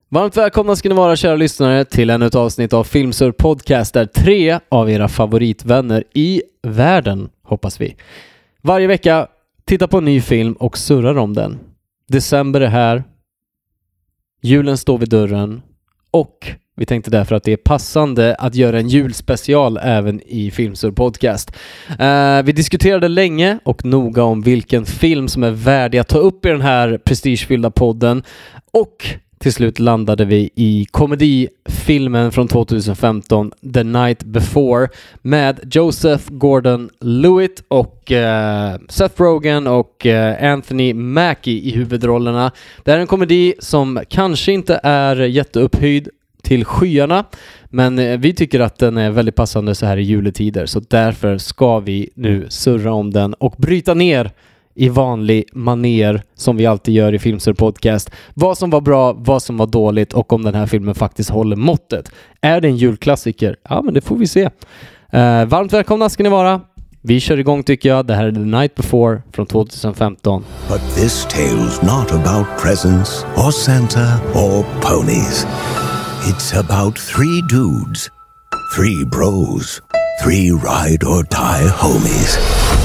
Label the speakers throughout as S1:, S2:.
S1: Varmt välkomna ska ni vara, kära lyssnare, till ännu ett avsnitt av Filmsur Podcast där 3 av era favoritvänner i världen, hoppas vi, varje vecka tittar på en ny film och surrar om den. December är här, julen står vid dörren och vi tänkte därför att det är passande att göra en julspecial även i Filmsur Podcast. Vi diskuterade länge och noga om vilken film som är värdig att ta upp i den här prestigefyllda podden och till slut landade vi i komedifilmen från 2015 The Night Before med Joseph Gordon-Levitt och Seth Rogen och Anthony Mackie i huvudrollerna. Det är en komedi som kanske inte är jätteupphöjd till skyarna, men vi tycker att den är väldigt passande så här i juletider, så därför ska vi nu surra om den och bryta ner i vanlig maner som vi alltid gör i Filmsur Podcast. Vad som var bra, vad som var dåligt och om den här filmen faktiskt håller måttet. Är det en julklassiker? Ja, men det får vi se. Varmt välkomna ska ni vara. Vi kör igång tycker jag. Det här är The Night Before från 2015.
S2: But this tale's not about presents or Santa or ponies. It's about 3 dudes, 3 bros, 3 ride or die homies.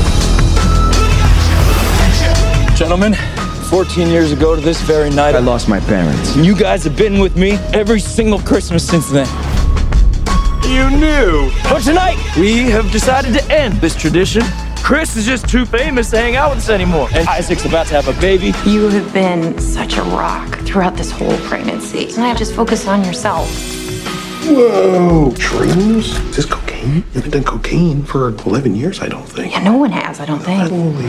S3: Gentlemen, 14 years ago to this very night, I lost my parents. And you guys have been with me every single Christmas since then. You knew! But tonight, we have decided to end this tradition. Chris is just too famous to hang out with us anymore. And Isaac's about to have a baby.
S4: You have been such a rock throughout this whole pregnancy. And I just focus on yourself.
S5: Whoa! Shrooms? Is this cocaine? You haven't done cocaine for 11 years, I don't think.
S4: Yeah, no one has, I don't think.
S5: Holy...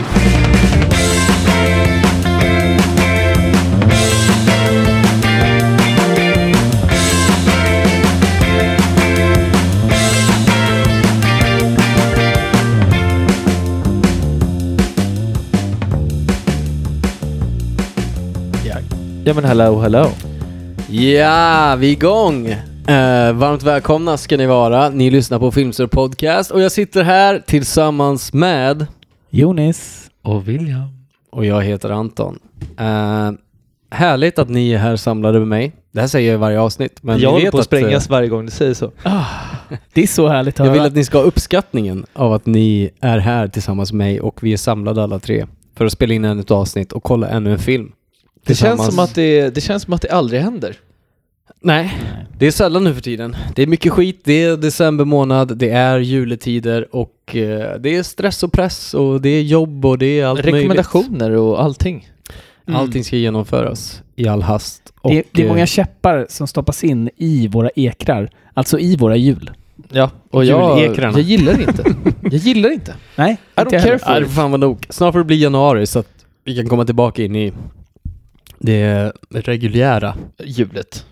S6: Ja men hello.
S1: Ja, vi är igång. Varmt välkomna ska ni vara. Ni lyssnar på Filmsur Podcast och jag sitter här tillsammans med
S6: Jonas och William.
S1: Och jag heter Anton. Härligt att ni är här samlade med mig. Det här säger jag i varje avsnitt. Men
S6: jag håller på att
S1: att
S6: sprängas varje gång du säger så.
S7: Det är så härligt.
S1: Jag vill att ni ska ha uppskattningen av att ni är här tillsammans med mig och vi är samlade alla 3 för att spela in ännu ett avsnitt och kolla ännu en film.
S6: Det känns som att det aldrig händer.
S1: Nej, det är sällan nu för tiden. Det är mycket skit, det är december månad, det är juletider och det är stress och press och det är jobb och det är allt
S6: rekommendationer
S1: möjligt.
S6: Och allting.
S1: Allting ska genomföras i all hast. Och
S7: det är många käppar som stoppas in i våra ekrar, alltså i våra jul.
S6: Ja, och jag gillar inte.
S7: Nej,
S6: I don't care for it.
S1: Fan vad nog. Snart får det bli januari så att vi kan komma tillbaka in i det reguljära
S6: Julet.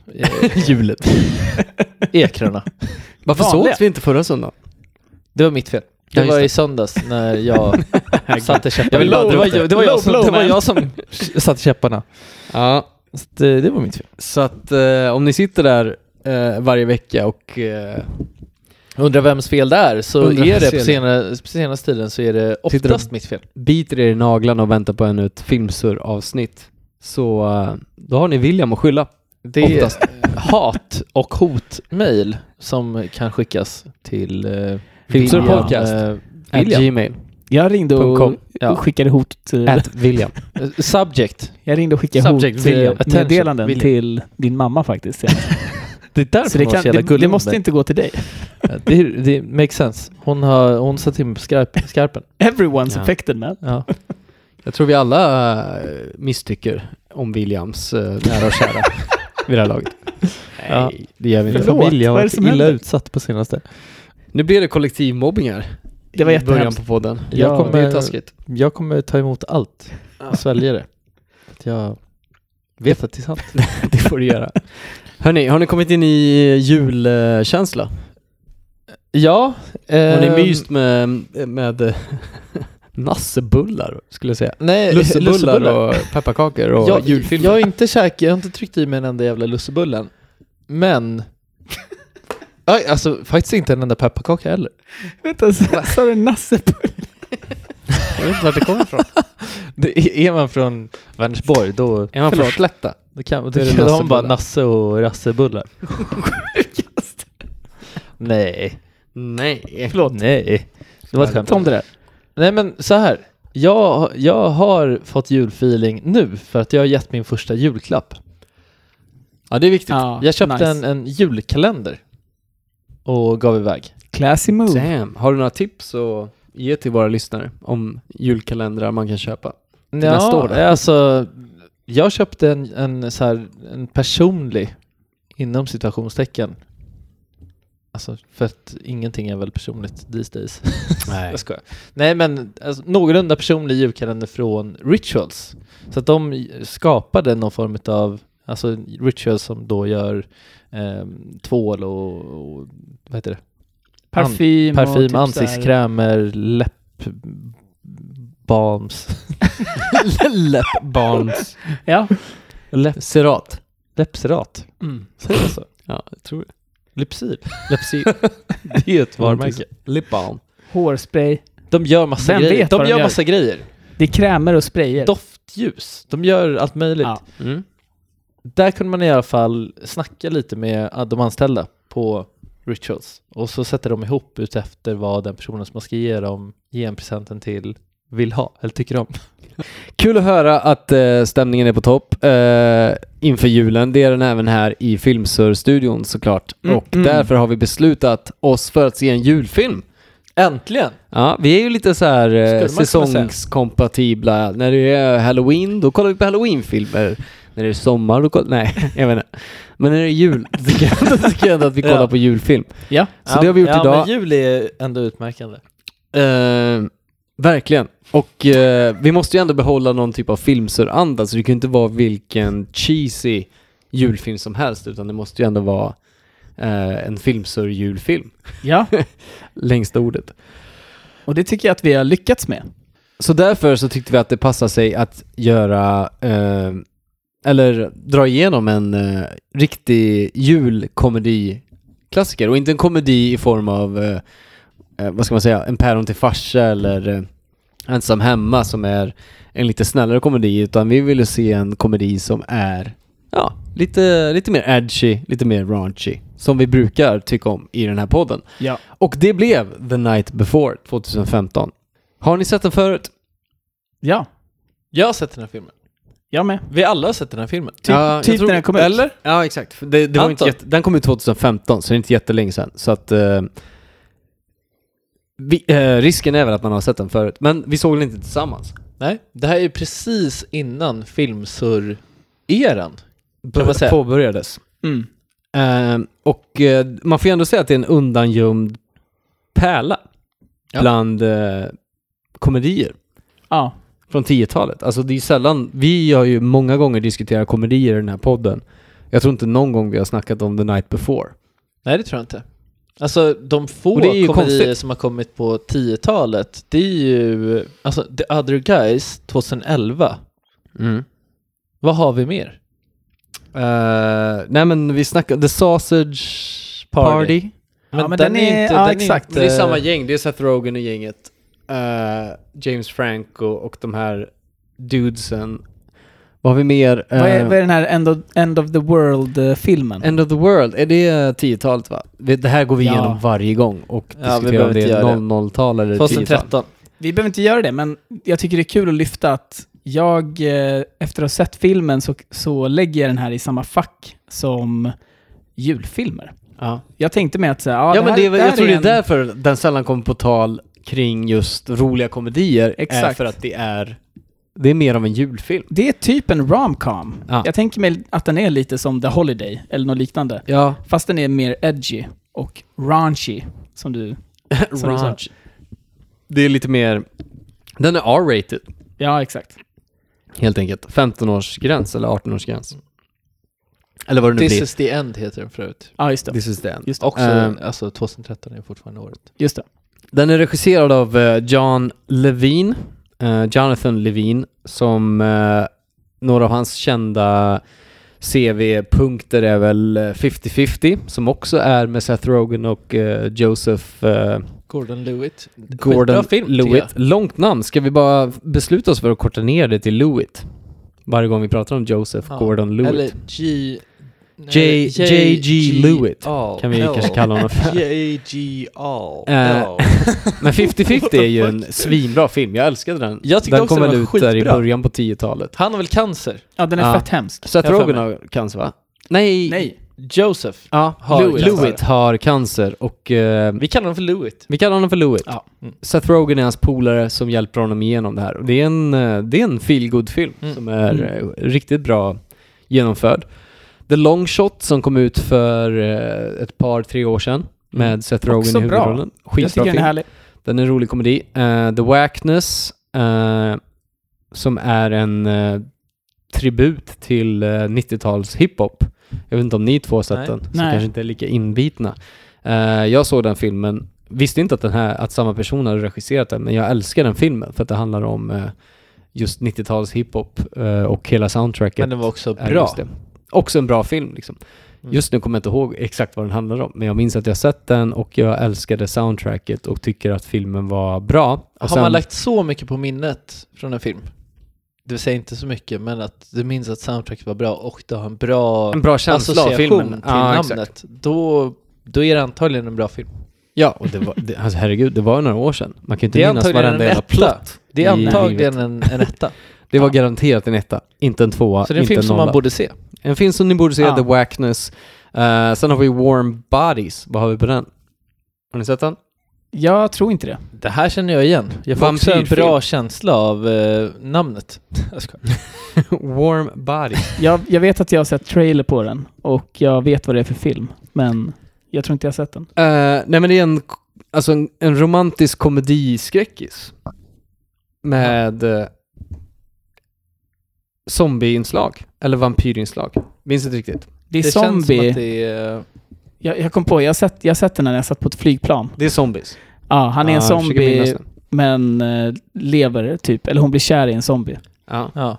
S1: Ekrarna. Varför sågs vi inte förra söndag?
S6: Det var mitt fel. Det var i söndags när jag satte käpparna. Det var jag som satte käpparna.
S1: Ja,
S6: det var mitt fel.
S1: Så att om ni sitter där varje vecka och
S6: undrar vems fel det är, så är det på senaste tiden så är det oftast mitt fel.
S1: Biter er i naglarna och väntar på ännu ett Filmsur-avsnitt. Så då har ni William att skylla.
S6: Det är hat och hotmail som kan skickas till
S1: Filmsurpodcast@gmail.
S7: Jag ringde och skickade hot till
S1: William.
S6: Subject.
S7: Jag ringde och skickade hotmeddelanden till din mamma faktiskt.
S6: Det är därför
S7: det måste inte gå till dig.
S6: Det makes sense. Hon satt in på skarpen.
S7: Everyone's affected, man.
S6: Ja.
S1: Jag tror vi alla misstycker om Williams nära och kära vid det här laget. Nej, det gör vi inte.
S6: Familjen har varit illa utsatt på senaste.
S1: Nu blir det kollektivmobbing här.
S7: Det var
S1: i början på podden.
S6: Det är taskigt. Jag kommer ta emot allt och svälja det. Jag vet att det är sant.
S1: Det får du göra. Hörrni, har ni kommit in i julkänsla?
S6: Ja.
S1: Har ni myst med nassebullar skulle jag säga?
S6: Nej,
S1: lussebullar och pepparkakor och julfilmer.
S6: Jag har inte tryckt i mig en enda jävla lussebullen. Men alltså faktiskt inte en enda pepparkaka heller.
S7: Vänta, sa du nassebullar?
S1: Jag vet inte vart det kommer ifrån.
S6: Är man från Vänersborg då...
S1: Är man från Slätta?
S6: Då kan de bara Nasse och Rassebullar.
S7: Sjukast.
S6: Nej.
S7: Förlåt.
S6: Nej. Det var ett skämt
S7: om det där.
S6: Nej, men så här. Jag har fått julfeeling nu för att jag har gett min första julklapp.
S1: Ja, det är viktigt.
S7: Ja,
S6: Jag köpte
S7: nice.
S6: en julkalender och gav iväg.
S7: Classy move.
S1: Damn. Har du några tips att ge till våra lyssnare om julkalendrar man kan köpa?
S6: Ja, alltså jag köpte en personlig inom situationstecken. Alltså för att ingenting är väl personligt these days.
S1: Nej.
S6: Jag skojar. Nej, men alltså, någorlunda personlig julkalender från Rituals. Så att de skapade någon form av alltså Rituals som då gör tvål och vad heter det?
S7: Parfym,
S6: parfym, ansiktskrämer, läppbalms.
S1: Läppbalms.
S7: Ja.
S1: Serat.
S6: Läppserat. Säger det så?
S1: Ja, jag tror det.
S6: Lypsyl.
S1: Läppsyl.
S6: Det är ett varumärke.
S1: Lipbalm.
S7: Hårspray.
S6: De gör massa grejer. De gör massa grejer.
S7: Det är krämer och sprayer.
S6: Doftljus. De gör allt möjligt.
S7: Ja.
S6: Där kunde man i alla fall snacka lite med de anställda på Rituals. Och så sätter de ihop ut efter vad den personen som man ska ge en presenten till vill ha eller tycker om.
S1: Kul att höra att stämningen är på topp inför julen. Det är den även här i Filmsur-studion såklart. Och därför har vi beslutat oss för att se en julfilm.
S6: Äntligen!
S1: Ja, vi är ju lite så här säsongskompatibla. När det är Halloween, då kollar vi på Halloween-filmer. När det är sommar, då kollar... Nej, jag vet inte. Men när det är jul, då tycker jag ändå att vi kollar på julfilm.
S7: Ja.
S1: Så det har vi gjort idag.
S6: Men jul är ändå utmärkande.
S1: Verkligen. Och vi måste ju ändå behålla någon typ av filmsuranda, så det kan ju inte vara vilken cheesy julfilm som helst, utan det måste ju ändå vara en filmsur-julfilm.
S7: Ja.
S1: Längsta ordet.
S7: Och det tycker jag att vi har lyckats med.
S1: Så därför så tyckte vi att det passar sig att göra eller dra igenom en riktig julkomedi-klassiker. Och inte en komedi i form av vad ska man säga, En päron till farsa eller Ensam hemma som är en lite snällare komedi, utan vi ville se en komedi som är lite mer edgy, lite mer raunchy, som vi brukar tycka om i den här podden.
S7: Ja.
S1: Och det blev The Night Before 2015. Har ni sett den förut?
S7: Ja.
S6: Jag har sett den här filmen.
S7: Jag med.
S6: Vi alla har sett den här filmen.
S7: Typ när den kom ut.
S6: Eller?
S1: Ja, exakt. Det var inte den kom ut 2015, så det är inte jättelänge sedan. Så att risken är väl att man har sett den förut. Men vi såg den inte tillsammans.
S6: Nej, det här är ju precis innan filmsur-eran kan man säga
S1: påbörjades. Och man får ju ändå säga att det är en undangömd pärla bland komedier.
S7: Ja.
S1: Från 10-talet. Alltså det är sällan, vi har ju många gånger diskuterat komedier i den här podden. Jag tror inte någon gång vi har snackat om The Night Before.
S6: Nej, det tror jag inte. Alltså de få komedier konstigt som har kommit på 10-talet, det är ju alltså The Other Guys 2011. Vad har vi mer?
S1: Nej, men vi snackade The Sausage Party.
S7: Men den är inte exakt.
S1: Det är samma gäng, det är Seth Rogen och gänget. James Franco och de här dudesen. Vad har vi mer?
S7: Vad är den här End of the World-filmen?
S1: End of the World, är det 10-talet va? Det här går vi igenom varje gång och diskuterar om det är 00-tal eller
S6: 2013.
S7: Vi behöver inte göra det, men jag tycker det är kul att lyfta att jag efter att ha sett filmen så lägger jag den här i samma fack som julfilmer.
S1: Ja.
S7: Jag tänkte med att säga,
S1: jag tror det är därför den sällan kommer på tal kring just roliga komedier.
S7: Exakt.
S1: Är för att det är mer av en julfilm.
S7: Det är typ en rom-com.
S1: Ja.
S7: Jag tänker mig att den är lite som The Holiday eller något liknande.
S1: Ja.
S7: Fast den är mer edgy och raunchy som du sa.
S1: Det är lite mer, den är R-rated.
S7: Ja, exakt.
S1: Helt enkelt. 15-årsgräns eller 18-årsgräns. Eller vad det nu blir.
S6: This is the end heter den förut.
S7: Ja, just det.
S1: This is the end.
S7: Just det.
S6: Också, alltså 2013 är fortfarande året.
S7: Just det.
S1: Den är regisserad av Jonathan Levine, som några av hans kända CV-punkter är väl 50-50, som också är med Seth Rogen och Joseph
S6: Gordon-Levitt.
S1: Långt namn. Ska vi bara besluta oss för att korta ner det till Lewitt? varje gång vi pratar om Joseph Gordon-Levitt.
S6: Eller
S1: J.G. Lewitt kan vi kanske kalla honom för.
S6: J.G.
S1: Men 50-50 är ju en svinbra film. Jag älskade den.
S6: Jag tyckte
S1: den
S6: också
S1: kom
S6: den
S1: väl
S6: var
S1: ut där i
S6: skitbra.
S1: början på 10-talet.
S6: Han har väl cancer?
S7: Ja, den är fett hemsk.
S1: Seth Rogen har cancer, va? Nej.
S6: Joseph
S1: Ja, Lewitt har cancer och
S6: vi kallar honom för Lewitt.
S1: vi kallar honom för Lewitt.
S6: Ja.
S1: Seth Rogen är hans polare som hjälper honom igenom det här. Och det är en feel-good-film som är riktigt bra genomförd. The Long Shot som kom ut för ett par, 3 år sedan med Seth Rogen i huvudrollen. Skitbra film. Den är en rolig komedi. The Wackness som är en tribut till 90-tals hiphop. Jag vet inte om ni två har sett den, så kanske inte är lika inbitna. Jag såg den filmen, visste inte att samma person hade regisserat den, men jag älskar den filmen för att det handlar om just 90-tals hiphop och hela soundtracket.
S6: Men den var också bra.
S1: Också en bra film liksom. Just nu kommer jag inte ihåg exakt vad den handlar om, men jag minns att jag sett den och jag älskade soundtracket och tycker att filmen var bra. Och
S6: har man lagt så mycket på minnet från en film? Det säger inte så mycket, men att du minns att soundtracket var bra och du har en bra
S1: känsla av filmen
S6: till namnet, då är det antagligen en bra film.
S1: Ja, och alltså herregud, det var några år sedan. Man kan inte minnas varenda jävla plott.
S6: Det är antagligen en etta.
S1: Det var garanterat en etta, inte en 2.
S6: Så det är en film som man borde se.
S1: En film som ni borde se, The Wackness. Sen har vi Warm Bodies. Vad har vi på den? Har ni sett den?
S7: Jag tror inte det.
S6: Det här känner jag igen. Jag får också en bra känsla av namnet.
S1: Warm Bodies.
S7: Jag vet att jag har sett trailer på den och jag vet vad det är för film, men jag tror inte jag har sett den.
S1: Nej, men det är en romantisk komediskräckis med zombieinslag eller vampyrinslag. Minns inte riktigt.
S7: Det är
S6: det
S7: zombie.
S6: Känns som att det är...
S7: Jag kom på, jag har sett den när jag satt på ett flygplan.
S1: Det är zombies.
S7: Ja, han är en zombie men lever typ, eller hon blir kär i en zombie.
S1: Ja.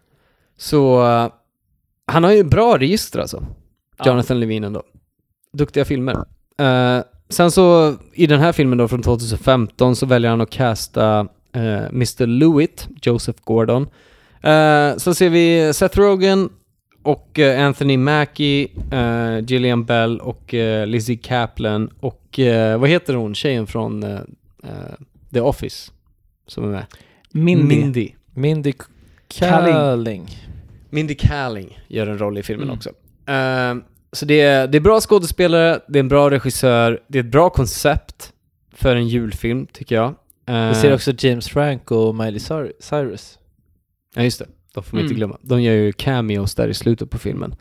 S1: Så han har ju bra register alltså. Jonathan Levine ändå. Duktiga filmer. Sen så i den här filmen då från 2015 så väljer han att casta Mr. Lewitt, Joseph Gordon. Så ser vi Seth Rogen och Anthony Mackie, Gillian Bell och Lizzie Kaplan och vad heter hon? Tjejen från The Office som är med.
S6: Mindy Kaling.
S1: Mindy Kaling gör en roll i filmen också. Så det är bra skådespelare, det är en bra regissör, det är ett bra koncept för en julfilm tycker jag.
S6: Vi ser också James Franco och Miley Cyrus.
S1: Ja just det, de får man inte glömma. De gör ju cameos där i slutet på filmen.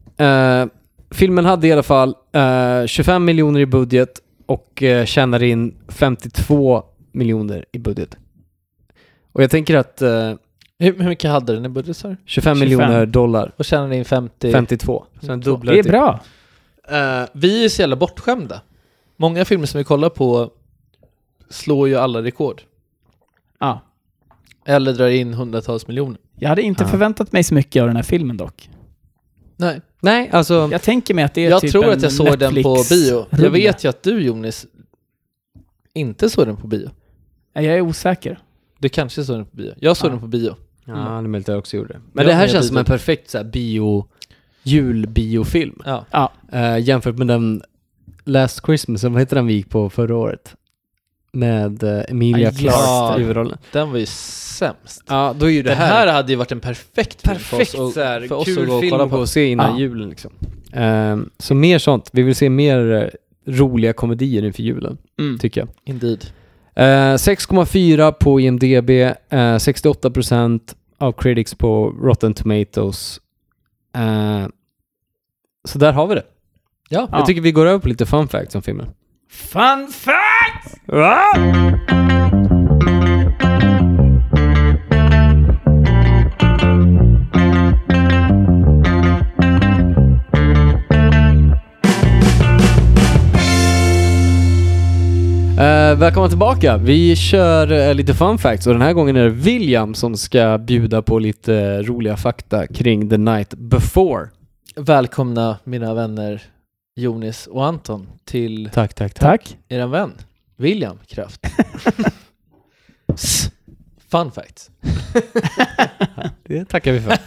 S1: Filmen hade i alla fall 25 miljoner i budget och tjänar in 52 miljoner i budget. Och jag tänker att
S6: hur mycket hade den i budget, så?
S1: 25 miljoner dollar.
S6: Och tjänade in
S1: 52. Sen
S7: det är bra.
S6: Vi är så jävla bortskämda. Många filmer som vi kollar på slår ju alla rekord.
S7: Ja.
S6: Eller drar in hundratals miljoner.
S7: Jag hade inte förväntat mig så mycket av den här filmen dock.
S6: Nej, alltså...
S7: Jag tänker mig att det är
S6: jag
S7: typ
S6: tror att jag såg den på bio. Jag
S7: rulle.
S6: vet ju att du, Jonas, inte såg den på bio.
S7: Jag är osäker.
S6: Du kanske såg den på bio. Jag såg den på bio.
S1: Ja, det är möjligt att jag också gjorde det. Men det här känns som en perfekt så här, julbiofilm.
S6: Ja.
S1: Jämfört med den Last Christmas, vad heter den vi gick på förra året? Med Emilia Clarke i huvudrollen.
S6: Den var ju sämst.
S1: Ja, då är ju det
S6: här hade ju varit en perfekt
S1: för oss
S6: att
S1: gå och se innan julen liksom. Så mer sånt. Vi vill se mer roliga komedier inför julen, tycker jag.
S6: Indeed.
S1: 6,4 på IMDb, 68% av critics på Rotten Tomatoes. Så där har vi det.
S6: Ja.
S1: Jag tycker vi går över på lite fun facts om filmen.
S7: Fun facts!
S1: Välkomna tillbaka. Vi kör lite fun facts och den här gången är det William som ska bjuda på lite roliga fakta kring The Night Before.
S6: Välkomna mina vänner Jonas och Anton till
S1: Tack.
S6: er vän William Kraft. fun facts.
S1: Det tackar vi för.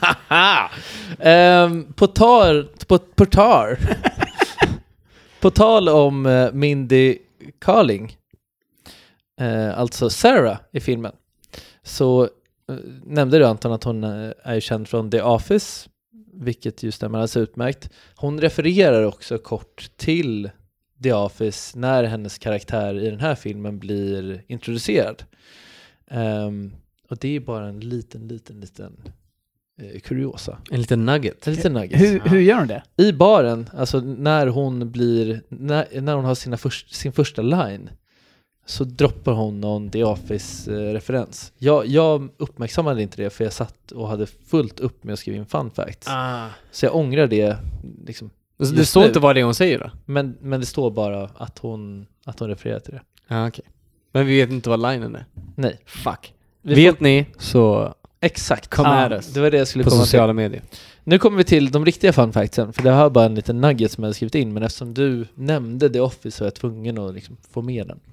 S6: På tal om Mindy Kaling, alltså Sarah i filmen, så nämnde du Anton att hon är känd från The Office, vilket ju stämmer alldeles utmärkt. Hon refererar också kort till The Office när hennes karaktär i den här filmen blir introducerad. Och det är bara en liten kuriosa.
S1: En liten nugget.
S6: En liten nugget.
S7: Hur gör hon det?
S6: I baren, alltså när hon har sin första line, så droppar hon någon The Office-referens. Jag uppmärksammade inte det, för jag satt och hade fullt upp med att skriva in fun facts. Så jag ångrar det liksom.
S1: Så det står inte vad det är hon säger då?
S6: Men det står bara att hon refererar till det.
S1: Ja, okej. Men vi vet inte vad linen är.
S6: Nej.
S1: Fuck. Vet ni så...
S6: Exakt.
S1: Det
S6: var det jag skulle
S1: på
S6: komma
S1: sociala
S6: till.
S1: medier.
S6: Nu kommer vi till de riktiga fun factsen, för det har bara en liten nugget som jag har skrivit in, men eftersom du nämnde The Office så är jag tvungen att liksom få med den.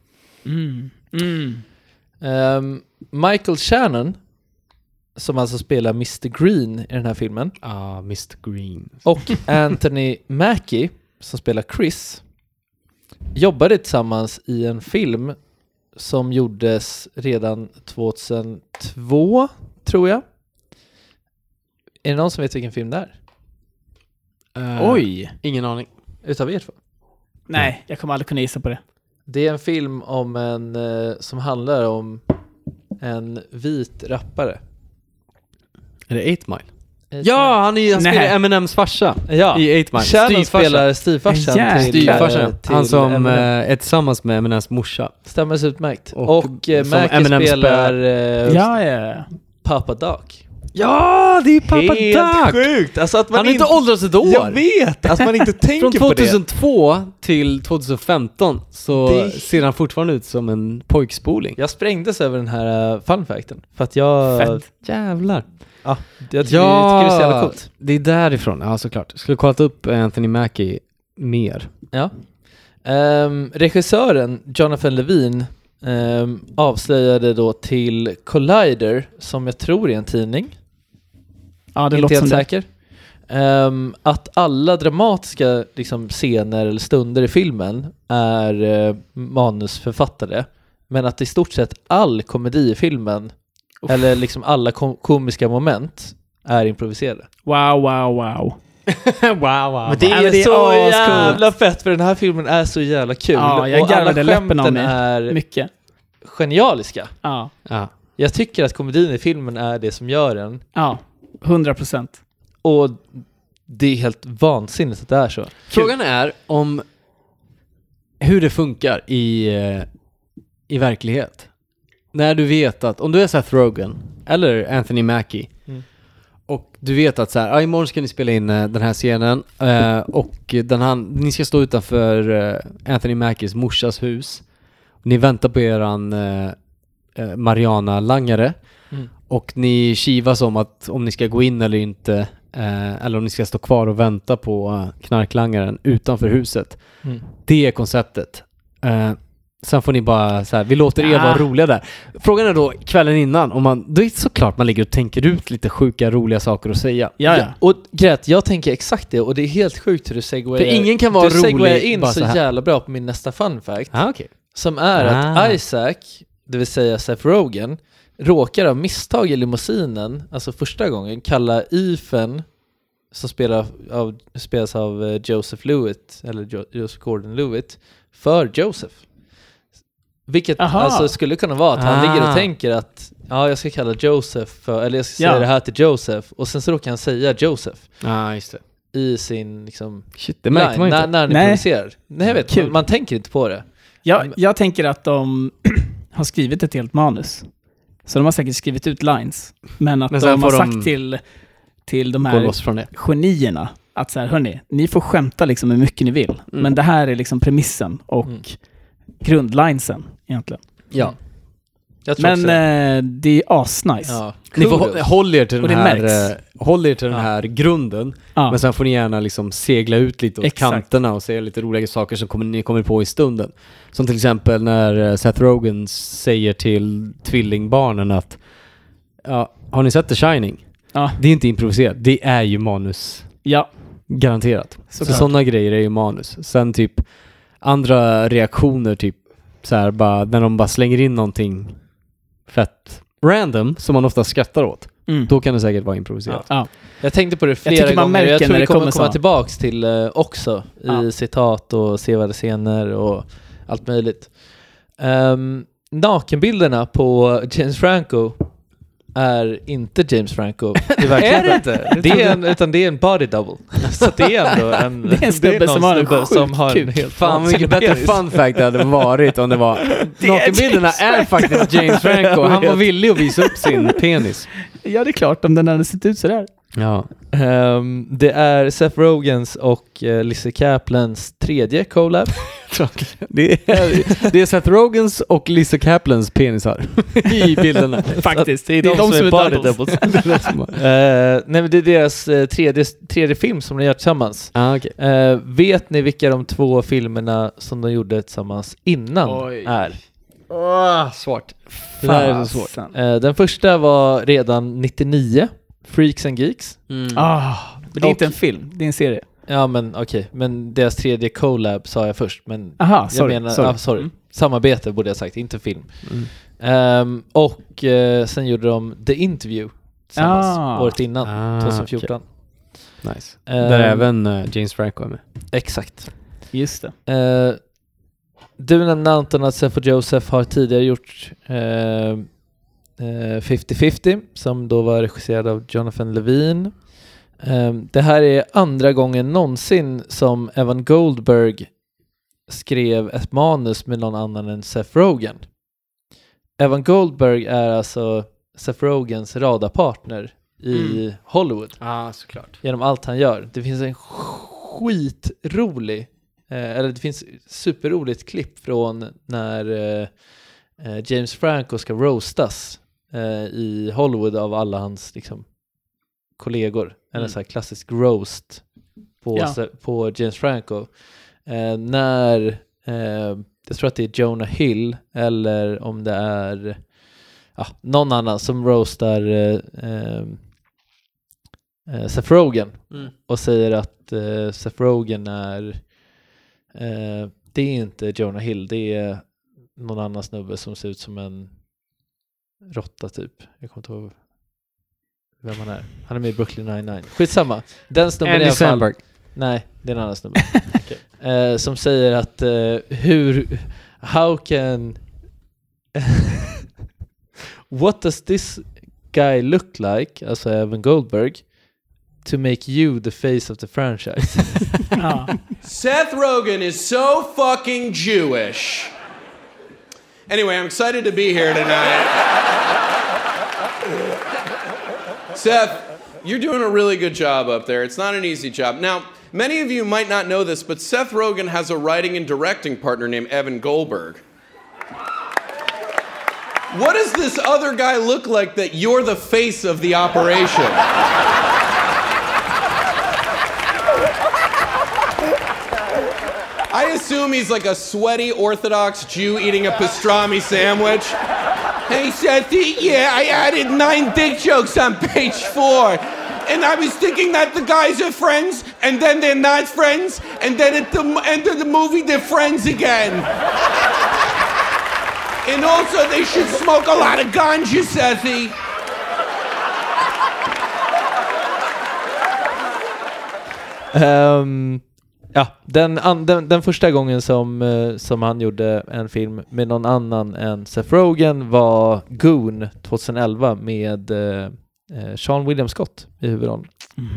S6: Michael Shannon, som alltså spelar Mr. Green i den här filmen,
S1: Mr. Green,
S6: och Anthony Mackie, som spelar Chris, jobbade tillsammans i en film som gjordes redan 2002, tror jag. Är det någon som vet vilken film det är?
S7: Oj!
S1: Ingen aning.
S6: Utav er två?
S7: Nej, jag kommer aldrig kunna gissa på det.
S6: Det är en film om som handlar om en vit rappare.
S1: Är det 8 Mile? Ja, han spelar Eminems farsa i 8 Mile.
S6: Shannon spelar styvfarsan till
S1: han som är tillsammans med Eminems morsa.
S6: Stämmer så utmärkt. Och Mackie
S1: Eminem
S6: spelar Papa Doc.
S1: Ja, det är Papa
S6: Doc! Sjukt! Alltså att man
S1: han inte åldrats ett år.
S6: Jag vet! Att man inte tänker på det.
S1: Från 2002 till 2015 så ser han fortfarande ut som en pojkspoling.
S6: Jag sprängdes över den här fun facten. För att jag...
S1: Fett. Jävlar.
S6: Ja, jag tycker det är så jävla coolt.
S1: Det är därifrån. Ja, såklart. Skulle kollat upp Anthony Mackie mer.
S6: Ja. Regissören Jonathan Levine avslöjade då till Collider, som jag tror är en tidning.
S7: Ja, det låter som
S6: säker. Att alla dramatiska liksom, scener eller stunder i filmen är manusförfattade, men att i stort sett all komedi i filmen eller liksom alla komiska moment är improviserade.
S7: Wow.
S1: Wow.
S6: Men det är så jävla fett, för den här filmen är så jävla kul.
S7: Ja, jag garvade läppen av mig.
S6: Är
S7: mycket
S6: genialiska.
S7: Ja.
S6: Jag tycker att komedin i filmen är det som gör den.
S7: Ja, 100%.
S6: Och det är helt vansinnigt att det är så.
S1: Frågan är om hur det funkar i verklighet. När du vet att, om du är Seth Rogen eller Anthony Mackie och du vet att så här, imorgon ska ni spela in den här scenen och ni ska stå utanför Anthony Mackies morsas hus. Ni väntar på eran Mariana-langare och ni kivas om att om ni ska gå in eller inte, eller om ni ska stå kvar och vänta på knarklangaren utanför huset. Det är konceptet. Sen får ni bara så här, vi låter er vara roliga där. Frågan är då kvällen innan, då är det såklart man ligger och tänker ut lite sjuka, roliga saker att säga.
S6: Ja. Och Gret, jag tänker exakt det, och det är helt sjukt hur du segwayar.
S1: För ingen kan vara rolig. Du segwayar
S6: in så jävla bra på min nästa fun fact.
S1: Okay.
S6: Som är att Isaac, det vill säga Seth Rogen, råkar av misstag i limousinen, alltså första gången, kalla Ethan, som spelas av Joseph Lewitt, eller Joseph Gordon-Lewitt, för Joseph. Vilket alltså skulle kunna vara att han ligger och tänker att jag ska kalla Joseph eller jag ska säga det här till Joseph, och sen så råkar han säga Joseph.
S1: Just det.
S6: I sin liksom
S1: shit, det märker man inte.
S6: När ni producerar. Nej, jag vet, man tänker inte på det.
S7: Jag tänker att de har skrivit ett helt manus. Så de har säkert skrivit ut lines, men att de har sagt till de här genierna att så här, hörni, ni får skämta liksom hur mycket ni vill, men det här är liksom premissen och grundlinesen egentligen.
S1: Ja.
S7: Men det är asnice.
S1: Ja. Ni får hålla er till den här grunden, men sen får ni gärna liksom segla ut lite åt kanterna och säga lite roliga saker som ni kommer på i stunden. Som till exempel när Seth Rogen säger till tvillingbarnen att har ni sett The Shining?
S7: Ja.
S1: Det är inte improviserat. Det är ju manus.
S7: Ja.
S1: Garanterat. Så sådana grejer är ju manus. Sen typ andra reaktioner typ så här bara när de bara slänger in någonting fett random som man ofta skrattar åt. Då kan det säkert vara improviserat.
S7: Ja.
S6: Jag tänkte på det flera gånger. Jag tror vi kommer komma tillbaks till också i citat och sevärda scener och allt möjligt. Nakenbilderna på James Franco är inte James Franco i verkligheten. Utan det är en body double. Så det är ändå en
S7: snubbe som har en
S1: helt fan mycket bättre fun fact det hade varit om det var nakenbilderna är faktiskt James Franco. Han var villig att visa upp sin penis.
S7: Ja, det är klart om den hade sett ut sådär.
S1: Ja.
S6: Det är Seth Rogans och Lizzie Kaplans tredje collab.
S1: Det är Seth Rogans och Lizzie Kaplans penisar i bilderna.
S6: Faktiskt, det är de som är body doubles. Nej, men det är deras tredje film som de gör tillsammans.
S1: Okay.
S6: Vet ni vilka de 2 filmerna som de gjorde tillsammans innan är?
S1: Svårt.
S6: Det där är så svårt. Den första var redan 99. Freaks and Geeks.
S7: Men det är inte en film, det är en serie.
S6: Ja, men okej. Men deras tredje collab sa jag först. Men
S7: sorry.
S6: Samarbete borde jag sagt, inte film. Och sen gjorde de The Interview tillsammans året innan, 2014.
S1: Okay. Nice. Där även James Franco är med.
S6: Exakt.
S7: Just det.
S6: Du nämnde Anton att Seth och Joseph har tidigare gjort 50-50 som då var regisserad av Jonathan Levine. Det här är andra gången någonsin som Evan Goldberg skrev ett manus med någon annan än Seth Rogen. Evan Goldberg är alltså Seth Rogans radarpartner i Hollywood.
S1: Såklart.
S6: Genom allt han gör. Det finns en skitrolig det finns superroligt klipp från när James Franco ska roastas i Hollywood av alla hans liksom kollegor. En sån här klassisk roast på James Franco. När jag tror att det är Jonah Hill eller om det är någon annan som roastar Seth Rogen och säger att Seth Rogen är det är inte Jonah Hill, det är någon annan snubbe som ser ut som en råtta typ. Jag kommer inte ihåg vem han är. Han är med i Brooklyn Nine-Nine. Skitsamma. Den snubben
S1: Andy Samberg.
S6: Nej, det är en annan snubbe. Okay. Som säger att how can what does this guy look like, alltså Evan Goldberg, to make you the face of the franchise?
S8: Seth Rogen is so fucking Jewish. Anyway, I'm excited to be here tonight. Seth, you're doing a really good job up there. It's not an easy job. Now, many of you might not know this, but Seth Rogen has a writing and directing partner named Evan Goldberg. What does this other guy look like that you're the face of the operation? I assume he's like a sweaty Orthodox Jew eating a pastrami sandwich. Hey, Sethy, yeah, I added 9 dick jokes on page 4. And I was thinking that the guys are friends, and then they're not friends, and then at the end of the movie, they're friends again. And also, they should smoke a lot of ganja, Sethy.
S6: Den första gången som han gjorde en film med någon annan än Seth Rogen var Goon 2011 med Sean William Scott i huvudrollen.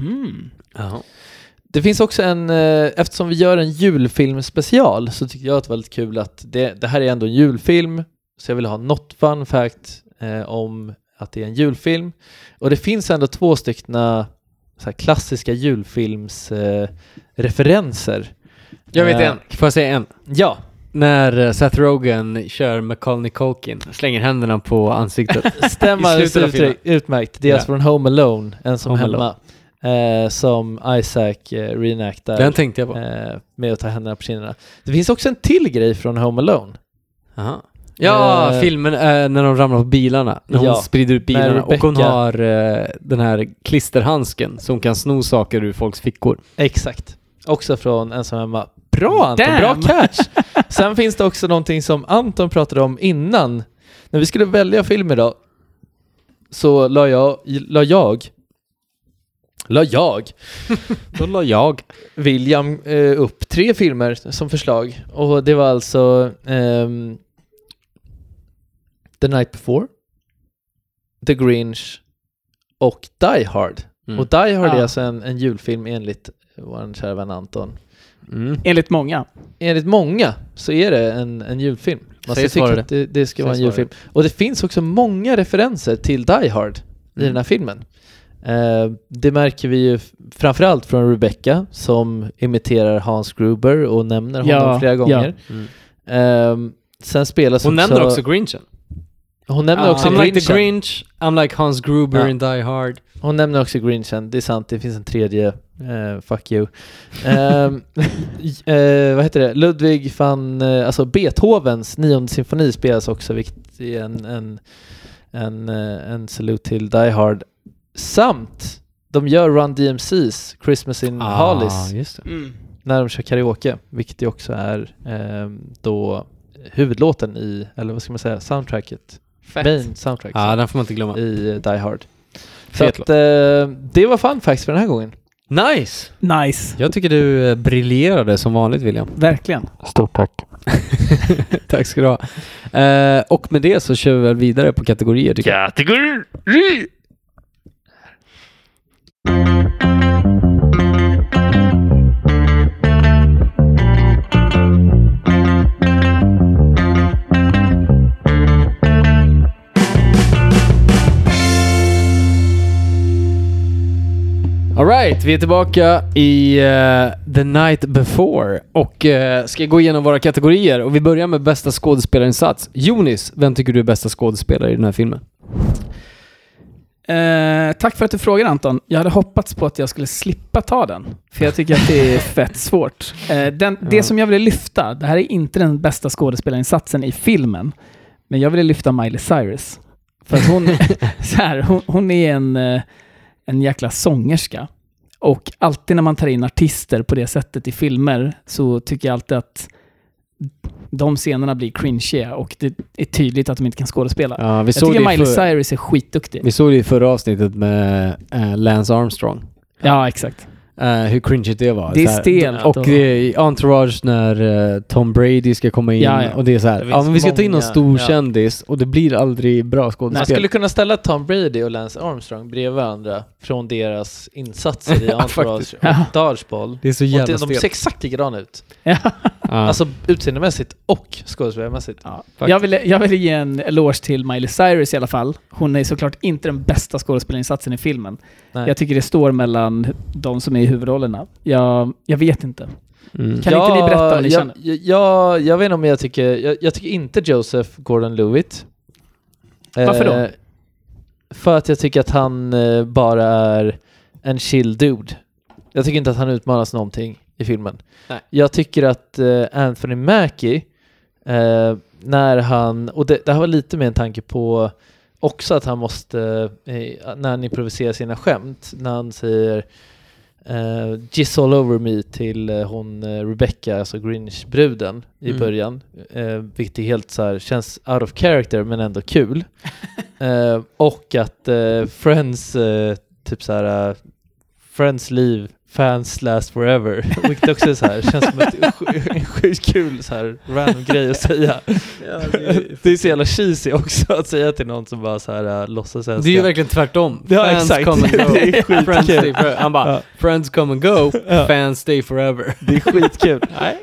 S6: Det finns också eftersom vi gör en julfilm special så tycker jag att det var väldigt kul att det här är ändå en julfilm, så jag vill ha något fun fact om att det är en julfilm. Och det finns ändå 2 stycken så här klassiska julfilmsreferenser.
S1: Jag vet en. Får jag säga en?
S6: Ja.
S1: När Seth Rogen kör Macaulay Culkin, slänger händerna på ansiktet.
S6: Stämmer utmärkt. Det är från Home Alone, En som hemma. Som Isaac reenactar.
S1: Den tänkte jag på.
S6: Med att ta händerna på kinderna. Det finns också en till grej från Home Alone.
S1: Aha. Ja, filmen när de ramlar på bilarna. När hon sprider ut bilarna. Och hon har den här klisterhandsken som kan sno saker ur folks fickor.
S6: Exakt. Också från Ensam hemma. Bra Anton, bra catch! Sen finns det också någonting som Anton pratade om innan. När vi skulle välja film idag så la jag William upp 3 filmer som förslag. Och det var alltså The Night Before, The Grinch och Die Hard. Och Die Hard är alltså en julfilm enligt vår kära vän Anton.
S7: Enligt många
S6: så är det en julfilm. Man ska tycka att det ska vara en julfilm. Och det finns också många referenser till Die Hard i den här filmen. Det märker vi ju framförallt från Rebecca som imiterar Hans Gruber och nämner honom flera gånger. Sen spelas
S1: hon nämner också Grinchen.
S6: Hon nämner också
S1: I'm like the Grinch, I'm like Hans Gruber in Die Hard.
S6: Hon nämner också Grinchen, det är sant, det finns en tredje fuck you. Vad heter det? Ludwig van alltså Beethovens 9:e symfoni spelas också, vilket är en salut till Die Hard. Samt de gör Run DMC's Christmas in Hollis
S1: just det.
S6: När de kör karaoke, vilket ju också är då huvudlåten i, eller vad ska man säga, soundtracket. Main soundtrack.
S1: Ja, den får man inte glömma.
S6: I Die Hard. Så att, det var fun facts för den här gången.
S7: Nice.
S1: Jag tycker du briljerade som vanligt, William.
S7: Verkligen.
S1: Stort tack. Tack ska du ha. Och med det så kör vi väl vidare på kategorier.
S6: Kategori!
S1: Alright, vi är tillbaka i The Night Before och ska gå igenom våra kategorier och vi börjar med bästa skådespelarinsats. Jonis, vem tycker du är bästa skådespelare i den här filmen?
S7: Tack för att du frågar, Anton. Jag hade hoppats på att jag skulle slippa ta den, för jag tycker att det är fett svårt. Det som jag ville lyfta, det här är inte den bästa skådespelarinsatsen i filmen, men jag ville lyfta Miley Cyrus. För att hon är en jäkla sångerska. Och alltid när man tar in artister på det sättet i filmer så tycker jag alltid att de scenerna blir cringe och det är tydligt att de inte kan skådespela.
S1: Ja,
S7: jag tycker Miley Cyrus är skitduktig.
S1: Vi såg det i förra avsnittet med Lance Armstrong.
S7: Ja, exakt.
S1: Hur cringe det var.
S7: Det är stelt.
S1: Och i Entourage när Tom Brady ska komma in och det är så här, men vi ska ta in en stor kändis och det blir aldrig bra skådespel.
S6: Man skulle kunna ställa Tom Brady och Lance Armstrong bredvid varandra från deras insatser i Entourage och Dodgeball.
S1: Det är så jävla
S6: de ser exakt likadana ut. Alltså utseendemässigt och skådespelarmässigt.
S7: Jag vill ge en eloge till Miley Cyrus i alla fall. Hon är såklart inte den bästa skådespelarinsatsen i filmen. Nej. Jag tycker det står mellan de som är i huvudrollerna. Jag vet inte. Kan inte ni berätta vad ni känner?
S6: Jag vet inte om jag tycker inte Joseph Gordon-Levitt.
S7: Varför då?
S6: För att jag tycker att han bara är en chill dude. Jag tycker inte att han utmanas någonting i filmen. Nej. Jag tycker att Anthony Mackie när han, och det här var lite med en tanke på också att han måste när han improviserar sina skämt, när han säger Jizz all over me till hon Rebecca, alltså Grinch-bruden i början, vilket är helt så här, känns out of character men ändå kul. Och att Friends typ så här Friends leave, fans last forever. Vilket också är så här, känns som en sjukt kul så här random grej att säga. Ja, det är så jävla cheesy också att säga till någon som bara så här låtsas älska.
S1: Det är ju verkligen tvärtom.
S6: Ja, fans exakt. Come and go. Det är skitkul.
S1: Han bara, friends come and go, fans stay forever.
S6: Det är skitkul.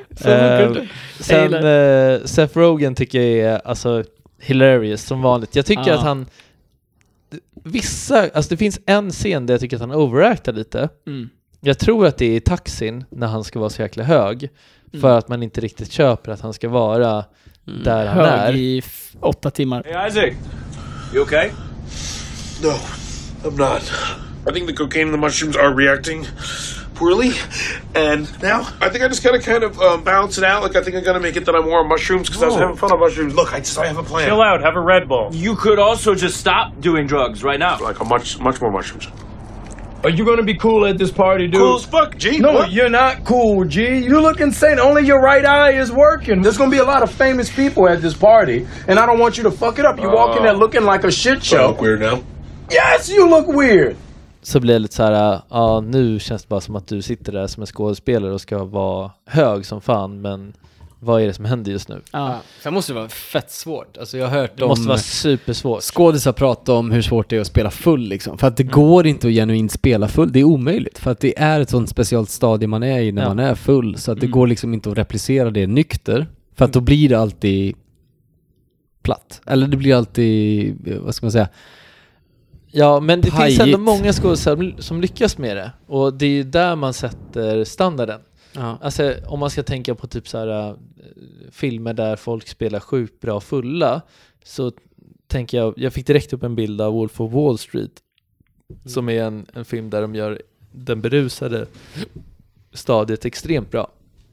S6: Sen Seth Rogen tycker jag är alltså hilarious som vanligt. Jag tycker att han alltså det finns en scen där jag tycker att han overactar lite. Jag tror att det är i taxin när han ska vara så jäkla hög för att man inte riktigt köper att han ska vara där han är.
S7: Hög i 8 timmar.
S9: Hey Isaac, you okay?
S5: No, I'm not. I think the cocaine and the mushrooms are reacting poorly, and now I think I just gotta kind of balance it out. Like, I think I gotta make it that I'm more on mushrooms because I was having fun on mushrooms. Look, I have a plan.
S9: Chill out, have a Red Bull. You could also just stop doing drugs right now.
S5: Like a much more mushrooms.
S10: Are you gonna be cool at this party, dude?
S5: Cool as fuck, G.
S10: No,
S5: what?
S10: you're not cool, G. You look insane. Only your right eye is working. There's gonna be a lot of famous people at this party, and I don't want you to fuck it up. You walk in there looking like a shit show.
S5: I look weird now?
S10: Yes, you look weird.
S6: Så blir det lite så här, nu känns det bara som att du sitter där som en skådespelare och ska vara hög som fan, men vad är det som händer just nu?
S1: Ja. Sen måste det vara fett svårt. Alltså jag har hört
S6: det måste vara supersvårt.
S1: Skådisar prata om hur svårt det är att spela full liksom. För att det går inte att genuint spela full. Det är omöjligt. För att det är ett sånt speciellt stadie man är i när man är full. Så att det går liksom inte att replicera det nykter. För att då blir det alltid platt. Eller det blir alltid, vad ska man säga?
S6: Ja, men det finns ändå många skådespelare som lyckas med det. Och det är där man sätter standarden. Ja. Alltså om man ska tänka på typ så här filmer där folk spelar sjukt bra fulla, så tänker jag fick direkt upp en bild av Wolf of Wall Street som är en film där de gör den berusade stadiet extremt bra.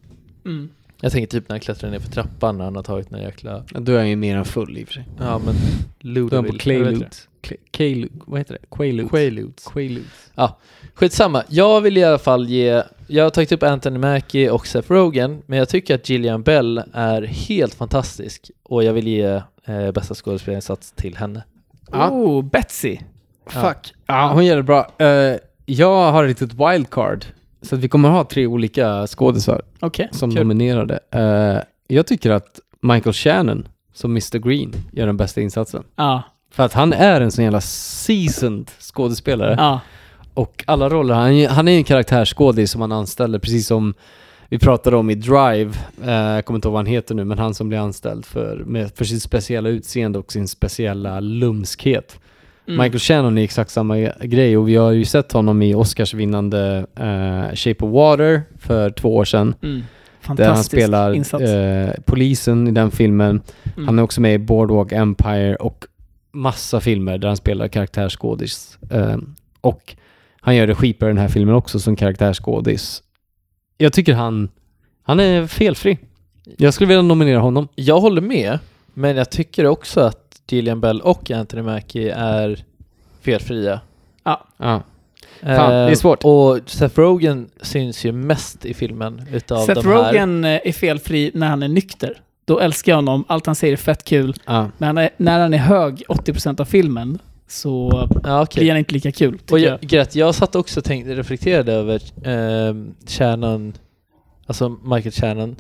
S6: Jag tänker typ när han klättrar ner för trappan när han har tagit den jäkla...
S1: Ja, då är han ju mer än full i och för sig.
S6: Ja, men
S1: Ludovil. Vad heter det?
S6: Quaaludes. Ja, skitsamma. Jag vill i alla fall jag har tagit upp Anthony Mackie och Seth Rogen, men jag tycker att Gillian Bell är helt fantastisk och jag vill ge bästa skådespelarinsats till henne.
S7: Betsy.
S1: Fuck. Ja, hon gör det bra. Jag har ett litet wildcard. Så att vi kommer ha 3 olika skådespelare som nominerade. Jag tycker att Michael Shannon som Mr. Green gör den bästa insatsen.
S7: Ja.
S1: För att han är en sån jävla seasoned skådespelare.
S7: Ja.
S1: Och alla roller, han är en karaktärsskådis som han anställer, precis som vi pratade om i Drive. Jag kommer inte ihåg vad han heter nu, men han som blir anställd för sitt speciella utseende och sin speciella lumskhet. Michael Shannon är exakt samma grej, och vi har ju sett honom i Oscarsvinnande Shape of Water för 2 år sedan. Där han spelar polisen i den filmen. Han är också med i Boardwalk Empire och massa filmer där han spelar karaktärsskådis. Och han gör regi på den här filmen också som karaktärsskådis. Jag tycker han är felfri. Jag skulle vilja nominera honom.
S6: Jag håller med, men jag tycker också att Gillian Bell och Anthony Mackie är felfria.
S1: Ja. Fan, det är svårt.
S6: Och Seth Rogen syns ju mest i filmen utav
S7: Seth
S6: de här.
S7: Rogen är felfri när han är nykter. Då älskar jag honom. Allt han säger är fett kul. Men när han är hög 80% av filmen så blir han inte lika kul.
S6: Och jag satt också och reflekterade över Shannon, alltså Michael Shannon,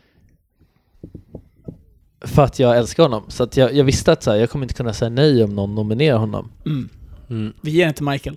S6: för att jag älskar honom. Så att jag visste att jag kommer inte kunna säga nej om någon nominerar honom.
S7: Vi ger den till Michael.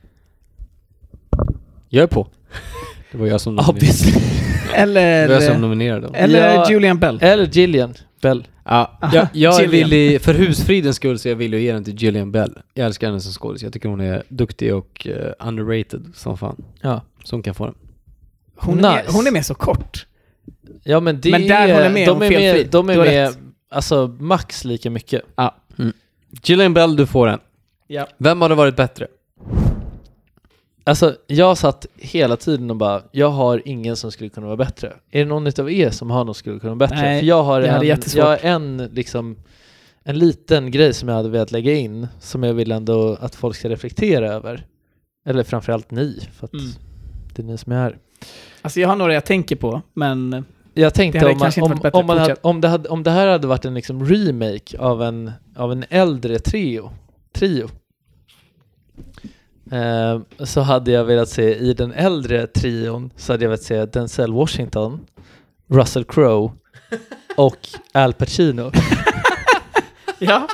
S1: Jag är på. Det var jag som nominerade.
S6: Obviously.
S7: Eller,
S1: det var jag som nominerade.
S7: Eller Julian Bell.
S6: Eller Gillian Bell.
S1: Jag vill, för husfridens skull, så jag vill ge den till Gillian Bell. Jag älskar henne som skådis. Jag tycker hon är duktig och underrated som fan.
S6: Ja.
S1: Så hon kan få den.
S7: Hon är med så kort.
S6: Ja, men där
S7: håller med
S6: de är med alltså max lika mycket.
S1: Ja. Gillian Bell, du får den.
S7: Ja.
S1: Vem hade varit bättre?
S6: Alltså, jag satt hela tiden och bara, jag har ingen som skulle kunna vara bättre. Är det någon av er som har någon som skulle kunna vara bättre?
S7: Nej,
S6: för jag har en liten grej som jag hade velat lägga in, som jag vill ändå att folk ska reflektera över. Eller framförallt ni, för att det är ni som är här.
S7: Alltså jag har några jag tänker på, men
S6: jag tänkte om det här hade varit en liksom remake av en äldre trio. Så hade jag velat se i den äldre trion, så hade jag velat se Denzel Washington, Russell Crowe och Al Pacino.
S7: Ja.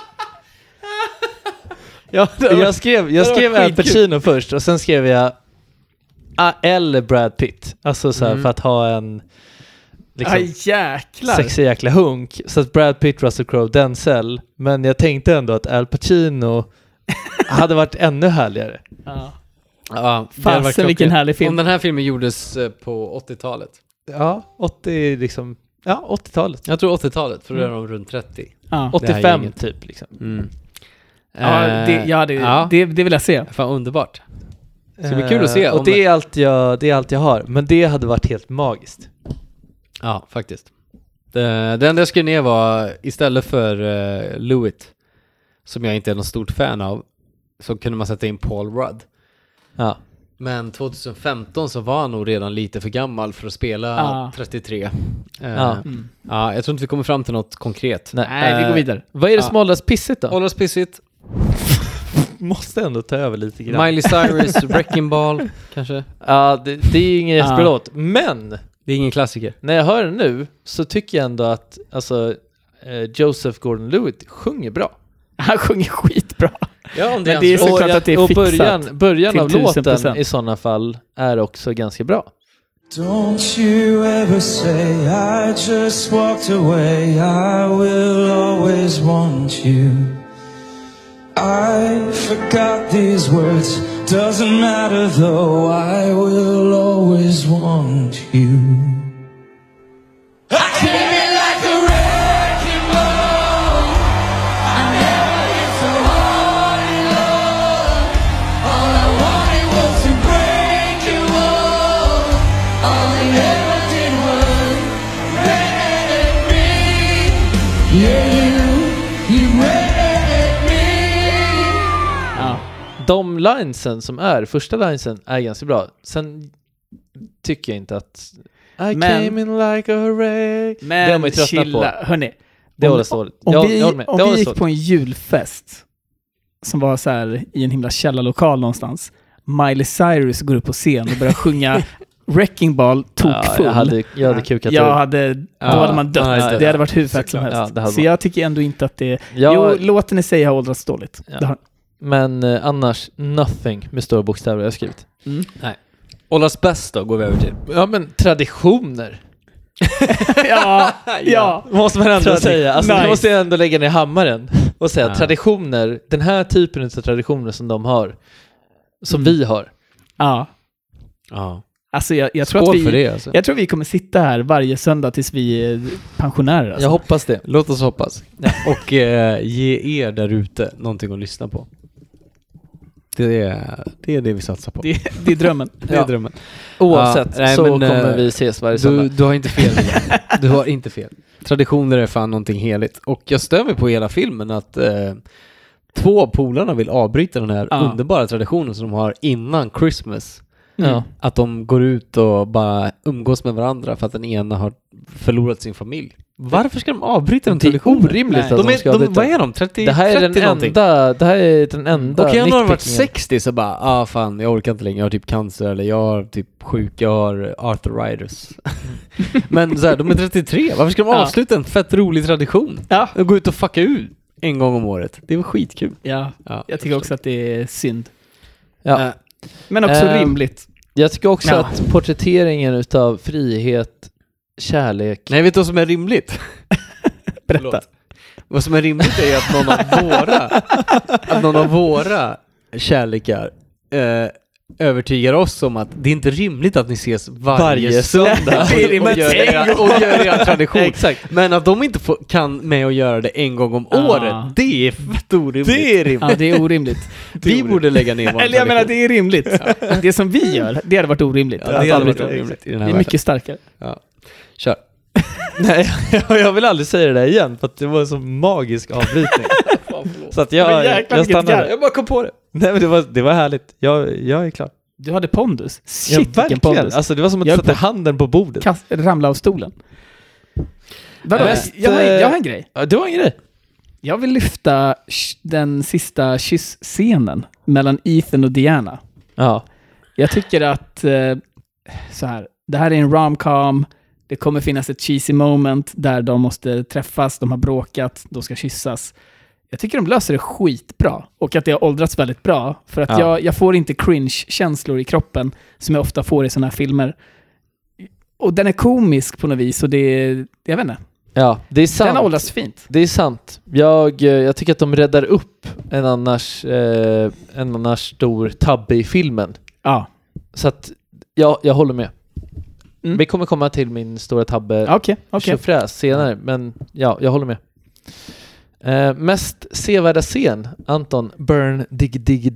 S6: Jag skrev Al Pacino först, och sen skrev jag eller Brad Pitt. Alltså så här, för att ha en liksom sexig jäkla hunk. Så att Brad Pitt, Russell Crowe, Denzel. Men jag tänkte ändå att Al Pacino hade varit ännu härligare.
S1: Ja,
S7: fasen vilken härlig film.
S1: Om den här filmen gjordes på 80-talet.
S6: Ja, 80-talet.
S1: Jag tror 80-talet, för då är de runt 30.
S6: 85 typ liksom.
S7: Det vill jag se.
S1: Fan underbart. Så det blir kul att se.
S6: Och det är allt jag har. Men det hade varit helt magiskt.
S1: Ja, faktiskt. Det enda jag skrev ner var istället för Lewitt, som jag inte är någon stort fan av, så kunde man sätta in Paul Rudd.
S6: Ja.
S1: Men 2015 så var han nog redan lite för gammal för att spela 33. Ja, jag tror inte vi kommer fram till något konkret.
S7: Nej, vi går vidare.
S6: Vad är det som hållas pissigt då?
S1: Hållas pissigt.
S6: Måste ändå ta över lite grann.
S1: Miley Cyrus, Wrecking Ball, kanske.
S6: Ja, det är ingen jättebra men
S1: det är ingen klassiker.
S6: När jag hör det nu så tycker jag ändå att Joseph Gordon-Levitt sjunger bra.
S7: Han sjunger skitbra.
S1: Ja,
S7: men det är såklart att det är fixat.
S6: Början av låten i sådana fall är också ganska bra.
S11: Don't you ever say I just walked away. I will always want you. I forgot these words. Doesn't matter though. I will always want you. I came in like a wrecking ball. I never been so hard in love. All I wanted was to break you all. All they ever did was wreck me. Yeah, you wrecked me.
S6: Ja. De linesen som är, första linesen är ganska bra. Sen tycker jag inte att I came in like a wreck.
S7: Men chilla, hörni.
S6: Det håller ståligt.
S7: Om vi gick på en julfest som var så här i en himla källarlokal någonstans. Miley Cyrus går upp på scen och börjar sjunga Wrecking Ball tokfull.
S6: Jag hade kukat
S7: då hade man dött. Det hade varit hur fett som helst. Så jag tycker ändå inte att det... Jo, låten i sig har åldrats dåligt.
S6: Ja. Men annars, nothing med stora bokstäver jag har skrivit.
S1: Nej. Åldras bäst då går vi över till.
S6: Ja, men traditioner.
S7: ja.
S6: Måste man ändå säga. Alltså, nice. Måste jag ändå lägga ner hammaren och säga traditioner, den här typen av traditioner som de har, som vi har.
S7: Ja. Alltså jag tror att vi, alltså. Jag tror vi kommer sitta här varje söndag tills vi är pensionärer. Alltså.
S6: Jag hoppas det.
S1: Låt oss hoppas. Och ge er där ute någonting att lyssna på. Det är det vi satsar på.
S7: Det är drömmen.
S1: Det är drömmen.
S6: Oavsett så kommer vi ses varje söndag.
S1: Du har inte fel. Du har inte fel. Traditioner är fan någonting heligt. Och jag stör mig på hela filmen att två av polarna vill avbryta den här underbara traditionen som de har innan Christmas. Att de går ut och bara umgås med varandra för att den ena har förlorat sin familj. Varför ska de avbryta den traditionen?
S6: Det är orimligt att de ska avbryta.
S1: Vad är de? 30,
S6: det här är 30 den enda
S1: Okej, om de har varit 60 så bara, fan, jag orkar inte längre. Jag har typ cancer eller jag har typ sjuk, jag har arthritis. Men så här, de är 33. Varför ska de avsluta en fett rolig tradition? Och gå ut och fucka ut en gång om året. Det var skitkul.
S7: Ja, jag tycker också att det är synd.
S6: Ja.
S7: Men också rimligt.
S6: Jag tycker också att porträtteringen utav frihet, kärlek...
S1: Nej, vet du vad som är rimligt?
S7: Berätta.
S1: Vad som är rimligt är att någon av våra kärlekar övertygar oss om att det är inte rimligt att ni ses varje söndag och gör era tradition.
S6: Exakt.
S1: Men att de inte kan med att göra det en gång om året, det är fett orimligt.
S7: Det är rimligt. Ja, det är orimligt.
S1: Vi borde lägga ner vår
S7: Eller jag menar, det är rimligt. Det som vi gör, det hade varit orimligt.
S1: Ja, det hade varit orimligt i den här
S7: det är mycket starkare.
S1: Ja. Kör.
S6: Nej, jag vill aldrig säga det där igen för att det var en så magisk avbrytning. Så att jag stannade.
S1: Jag bara kom på det.
S6: Nej, men det var härligt. Jag är klar.
S7: Du hade pondus. Shit, vilken pondus.
S6: Alltså det var som att sätta handen på bordet.
S7: Ramla av stolen. Jag har en grej.
S6: Du har en grej.
S7: Jag vill lyfta den sista kyss-scenen mellan Ethan och Diana.
S6: Ja.
S7: Jag tycker att så här, det här är en rom-com. Det kommer finnas ett cheesy moment där de måste träffas, de har bråkat, de ska kyssas. Jag tycker de löser det skitbra. Och att det har åldrats väldigt bra. För att jag får inte cringe-känslor i kroppen som jag ofta får i såna här filmer. Och den är komisk på något vis. Och jag vet inte.
S6: Ja, det är sant.
S7: Den har åldrats fint.
S6: Det är sant. Jag tycker att de räddar upp en annars stor tabbe i filmen.
S7: Ja.
S6: Så att jag håller med. Vi kommer komma till min stora tabbe
S7: okay.
S6: tjofräs senare. Men ja, jag håller med. Mest sevärda scen, Anton. Burn, diggs.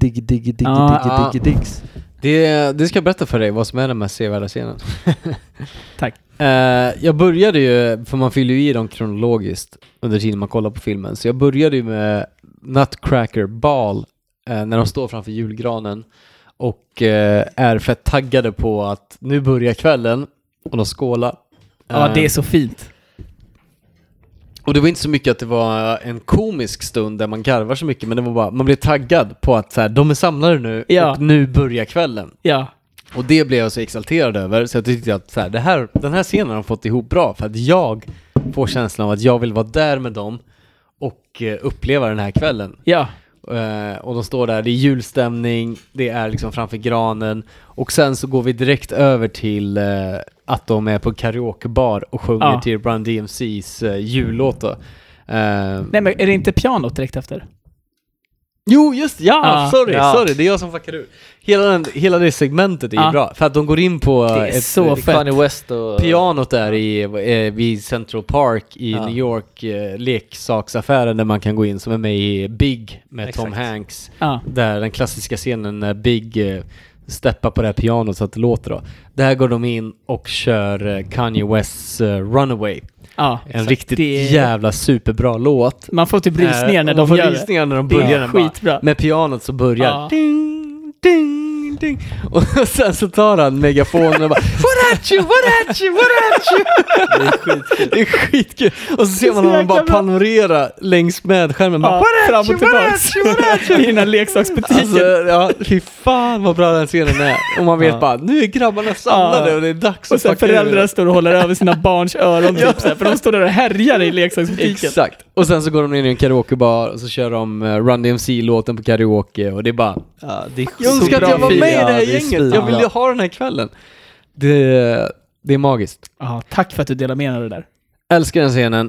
S1: Det ska jag berätta för dig vad som är den mest sevärda scenen.
S7: Tack.
S1: Jag började ju, för man fyller ju i dem kronologiskt under tiden man kollar på filmen. Så jag började ju med Nutcracker Ball när de står framför julgranen och är fett taggade på att nu börjar kvällen och de skålar.
S7: Ja, det är så fint.
S1: Och det var inte så mycket att det var en komisk stund där man garvar så mycket, men det var bara, man blev taggad på att så här, de är samlade nu och nu börjar kvällen.
S7: Ja.
S1: Och det blev jag så exalterad över, så jag tyckte att så här, den här scenen har fått ihop bra, för att jag får känslan av att jag vill vara där med dem och uppleva den här kvällen.
S7: Ja.
S1: Och de står där, det är julstämning, det är liksom framför granen, och sen så går vi direkt över till att de är på karaokebar och sjunger till Run DMC's jullåt då.
S7: Nej, men är det inte pianot direkt efter?
S1: Jo, just sorry, det är jag som fuckar ur. Hela det segmentet är ju bra, för att de går in på
S6: ett Kanye West och
S1: pianot där vid Central Park i New York, leksaksaffären där man kan gå in, som är med i Big med Tom Hanks. Där den klassiska scenen när Big steppar på det här pianot så att det låter då. Där går de in och kör Kanye Wests Runaway. En riktigt jävla superbra låt.
S7: Man får typ rysningar när de gör det.
S1: Rysningar när de börjar den
S7: skitbra.
S1: Med pianot så börjar ding, ding, ding. Och sen så tar han megafonen och bara what at you. Det är skitkul. Och så ser man honom bara panorera längs med skärmen. Bara,
S7: fram och tillbaka. I den här leksaksbutiken.
S1: Alltså, fy fan vad bra den scenen är. Och man vet bara, nu är grabbarna samlade och det är dags
S7: att sen föräldrar står och håller över sina barns öron typ, så här, för de står där och härjar i leksaksbutiken.
S1: Exakt. Och sen så går de in i en karaokebar och så kör de Run DMC-låten på karaoke, och det är bara
S6: det är
S1: jag önskar att jag var med i det här gänget. Jag vill ju ha den här kvällen. Det är magiskt.
S7: Tack för att du delar med dig av det där.
S1: Älskar den scenen.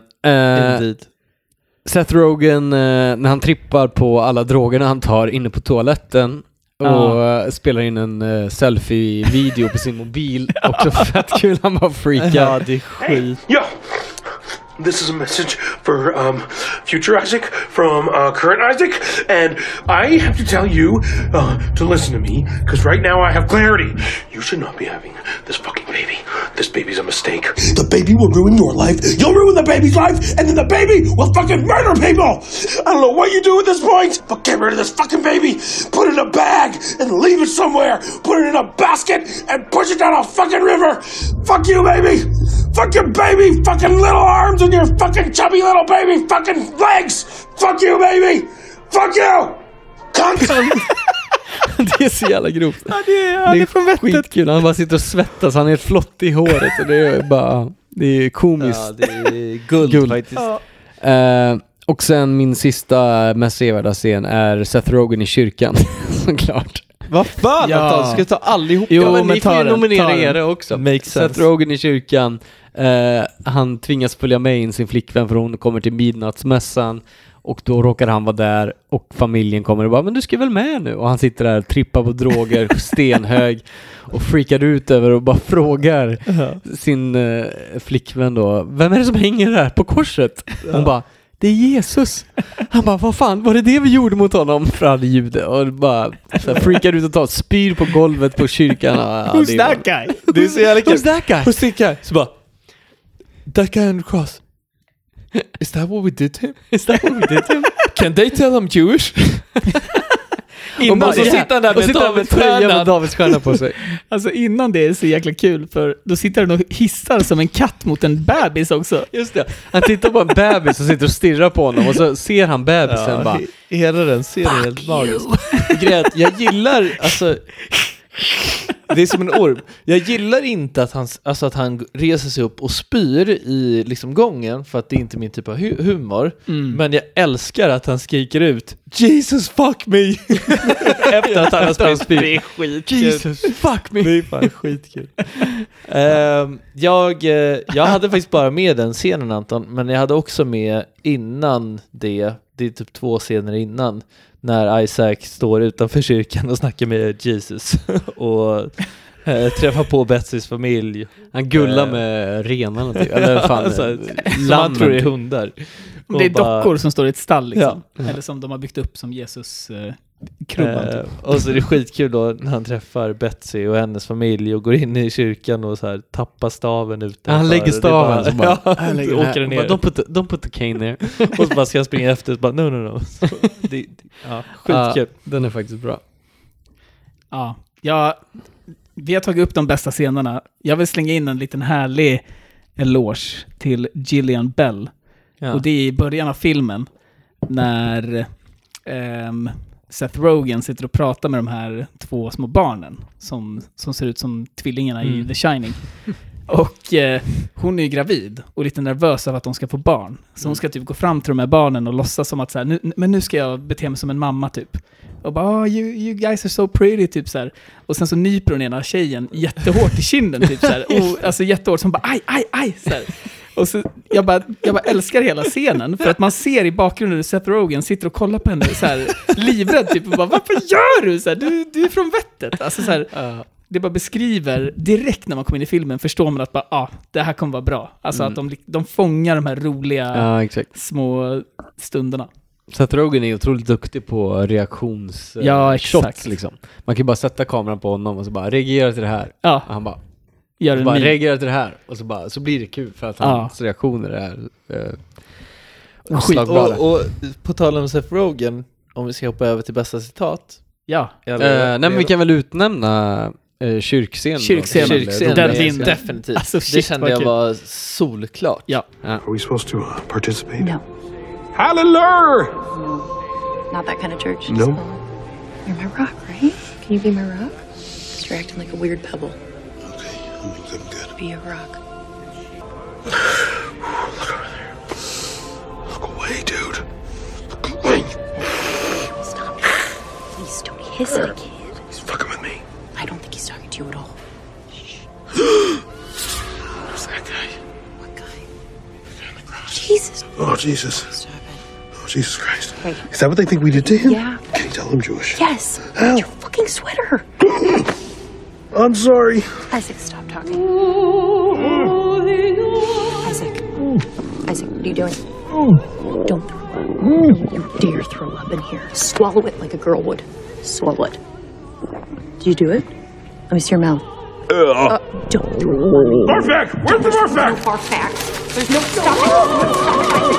S1: Seth Rogen när han trippar på alla drogerna han tar inne på toaletten och spelar in en selfie-video på sin mobil. Också fett kul, han bara freakar.
S6: Ja, det är skit.
S5: Yo! This is a message for future Isaac from current Isaac, and I have to tell you to listen to me, because right now I have clarity. You should not be having this fucking baby. This baby's a mistake. The baby will ruin your life. You'll ruin the baby's life, and then the baby will fucking murder people. I don't know what you do at this point, but get rid of this fucking baby. Put it in a bag and leave it somewhere. Put it in a basket and push it down a fucking river. Fuck you, baby. Fuck your baby. Fucking little arms and your fucking chubby little baby fucking legs. Fuck you, baby. Fuck you.
S1: Det är så jävla grovt.
S7: Ja, det är
S1: skitkul. Han bara sitter och svettas. Han är helt flott i håret. Och det är bara, det är komiskt.
S6: Ja, det är guld. Faktiskt.
S1: Och sen min sista mest sevärda scen är Seth Rogen i kyrkan. Såklart.
S6: Vad fan? Ja. Ska vi ta allihop?
S1: Jo, men ni får nominera er också. Seth Rogen i kyrkan. Han tvingas följa med in sin flickvän, för hon kommer till midnattsmässan. Och då råkar han vara där och familjen kommer och bara, men du ska väl med nu? Och han sitter där, trippar på droger, stenhög och freakar ut över och bara frågar sin flickvän då, vem är det som hänger där på korset? Hon bara, det är Jesus. Han bara, vad fan, var det vi gjorde mot honom? För all jude. Och bara så här, freakar ut och tar spyr på golvet på kyrkan.
S7: Who's that guy?
S6: Det är så jävla kul.
S1: Who's that guy?
S6: Who's that guy? Så bara, that guy on the cross. Is that what we did to him?
S1: Is that what we did to him?
S6: Can they tell I'm Jewish?
S7: Innan
S6: så sitter han där med
S1: Davids stjärna på sig.
S7: Alltså innan det är så jäkla kul, för då sitter han och hissar som en katt mot en bebis också.
S1: Just det. Han tittar på en bebis och sitter och stirrar på honom, och så ser han bebisen bara.
S6: Hela den serien är helt magisk. Jag gillar, alltså det är som en orm. Jag gillar inte att han reser sig upp och spyr i liksom gången, för att det är inte min typ av humor. Men jag älskar att han skriker ut Jesus fuck me efter att han har spyr. Det är skitkul.
S1: Jesus fuck me.
S6: Det är fan skitkul. Jag hade faktiskt bara med den scenen, Anton, men jag hade också med innan det är typ 2 scener innan, när Isaac står utanför kyrkan och snackar med Jesus och träffar på Betsys familj.
S1: Han gullar med renarna typ. Eller fan,
S6: man tror det är hundar.
S7: Det är dockor som står i ett stall liksom. Eller som de har byggt upp som Jesus krubban typ.
S6: Och så är det skitkul då när han träffar Betsy och hennes familj och går in i kyrkan och så här tappar staven ut.
S1: Han lägger staven så bara
S6: åker den ner.
S1: Don't put the cane there.
S6: Och så bara ska jag springa efter och bara no. Så, skitkul.
S1: Den är faktiskt bra.
S7: Ja, vi har tagit upp de bästa scenerna. Jag vill slänga in en liten härlig eloge till Gillian Bell. Och det är i början av filmen när Seth Rogen sitter och pratar med de här 2 små barnen som ser ut som tvillingarna i The Shining. Och hon är ju gravid och lite nervös av att de ska få barn. Så hon ska typ gå fram till de här barnen och låtsas som att så här, nu ska jag bete mig som en mamma typ. Och bara, you guys are so pretty typ så här. Och sen så nyper hon ena tjejen jättehårt i kinden typ så här. Och alltså jättehårt som bara aj så här. Och så jag bara älskar hela scenen för att man ser i bakgrunden hur Seth Rogen sitter och kollar på henne så här livrädd typ och bara, varför gör du så här? Du är från vettet. Alltså så här, det bara beskriver direkt när man kommer in i filmen, förstår man att bara, det här kommer vara bra. Alltså att de fångar de här roliga små stunderna.
S1: Seth Rogen är otroligt duktig på reaktionsshots liksom. Man kan bara sätta kameran på honom och så bara reagera till det här.
S7: Ja.
S1: Han bara
S7: reagera
S1: till det här och så blir det kul för att hans reaktioner är
S6: och på tal om Seth Rogen, om vi ska hoppa över till bästa citat.
S1: Men vi kan väl utnämna kyrkscenen.
S6: Den definitivt. Alltså, det kände jag var solklart.
S5: Are we supposed to participate?
S4: No.
S5: Hallelujah!
S4: Not that kind of church.
S5: No.
S4: You're my rock, right? Can you be my rock? 'Cause you're acting like a weird pebble.
S5: Okay, I'm good.
S4: Be a rock.
S5: Look over there. Look away, dude. Look away.
S4: Stop. Please don't hiss at a kid.
S5: He's fucking with me.
S4: I don't think he's talking to you at all.
S5: Who's that guy?
S4: What guy?
S5: The guy on the cross.
S4: Jesus.
S5: Oh, Jesus.
S4: Stop it.
S5: Oh, Jesus Christ.
S4: Hey.
S5: Is that what they think we did to him?
S4: Yeah.
S5: Can you tell him Jewish?
S4: Yes.
S5: How?
S4: Your fucking sweater.
S5: I'm sorry.
S4: Isaac, stop talking. Isaac, what are you doing? Don't throw up. Don't you dare throw up in here. Swallow it like a girl would. Swallow it. Did you do it? Let me see your mouth. Don't throw up on me.
S5: Marfak! Where's the Marfak?
S4: No Marfak. There's no stop.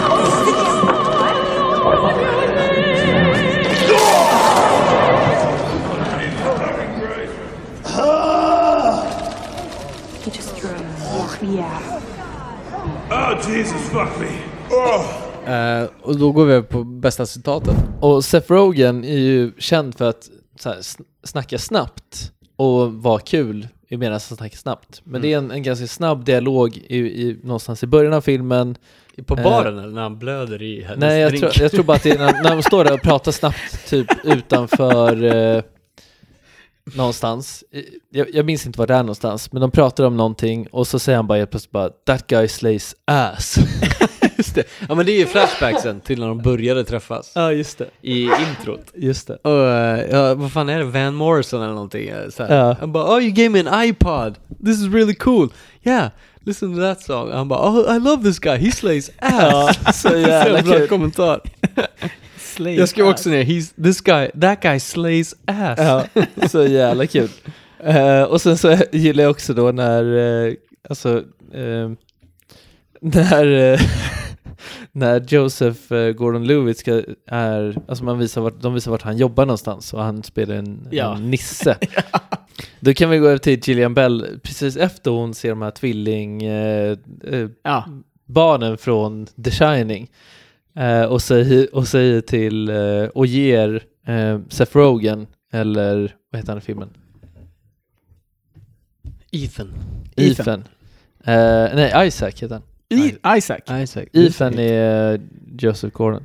S4: He just threw up. Yeah.
S5: Oh, Jesus, fuck me.
S1: Och då går vi på bästa citatet.
S6: Och Seth Rogen är ju känd för att så här, snacka snabbt och vara kul medan han snackar snabbt. Men det är en ganska snabb dialog någonstans i början av filmen.
S1: På baren eller när han blöder i hennes
S6: drink? Nej, jag tror bara att det är när de står där och pratar snabbt typ utanför någonstans. Jag minns inte var det är någonstans, men de pratar om någonting och så säger han bara helt plötsligt bara, that guy slays ass.
S1: Just det. Ja, men det är ju flashbacksen till när de började träffas.
S6: Ja, just det.
S1: I introt.
S6: Just det.
S1: Och vad fan är det? Van Morrison eller någonting. Han bara, you gave me an iPod. This is really cool. Yeah, listen to that song. Han bara, I love this guy. He slays ass.
S6: Så jävla
S1: bra kommentar. Jag skrev också ner, that guy slays ass.
S6: Ja, så jävla kul. Och sen så gillar jag också då när när Joseph Gordon-Levitt de visar vart han jobbar någonstans och han spelar en nisse. Då kan vi gå över till Gillian Bell precis efter hon ser de här barnen från The Shining. Och säger till och ger Seth Rogen, eller vad heter han i filmen?
S1: Ethan.
S6: Nej, Isaac heter han.
S7: Isaac.
S6: Ethan är Joseph Gordon.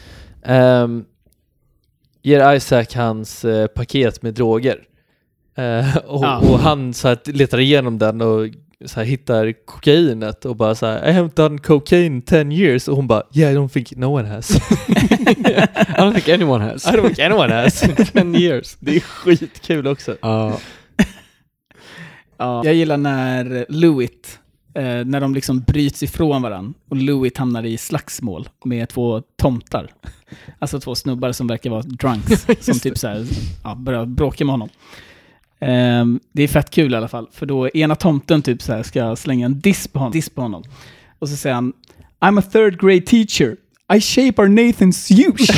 S6: Ger Isaac hans paket med droger. Och han så här letar igenom den och så här hittar kokainet och bara så här, I haven't done cocaine 10 years, och hon bara, yeah, I don't think no one has.
S1: I don't think anyone has.
S6: 10 years. Det är skitkul också.
S7: Jag gillar när Lewitt när de liksom bryts ifrån varann och Louis hamnar i slagsmål med 2 tomtar. Alltså 2 snubbar som verkar vara drunks som typ så här, börjar bråka med honom. Det är fett kul i alla fall, för då ena tomten typ så här ska slänga en diss på honom. Och så säger han, I'm a 3rd grade teacher. I shape our Nathan's huge.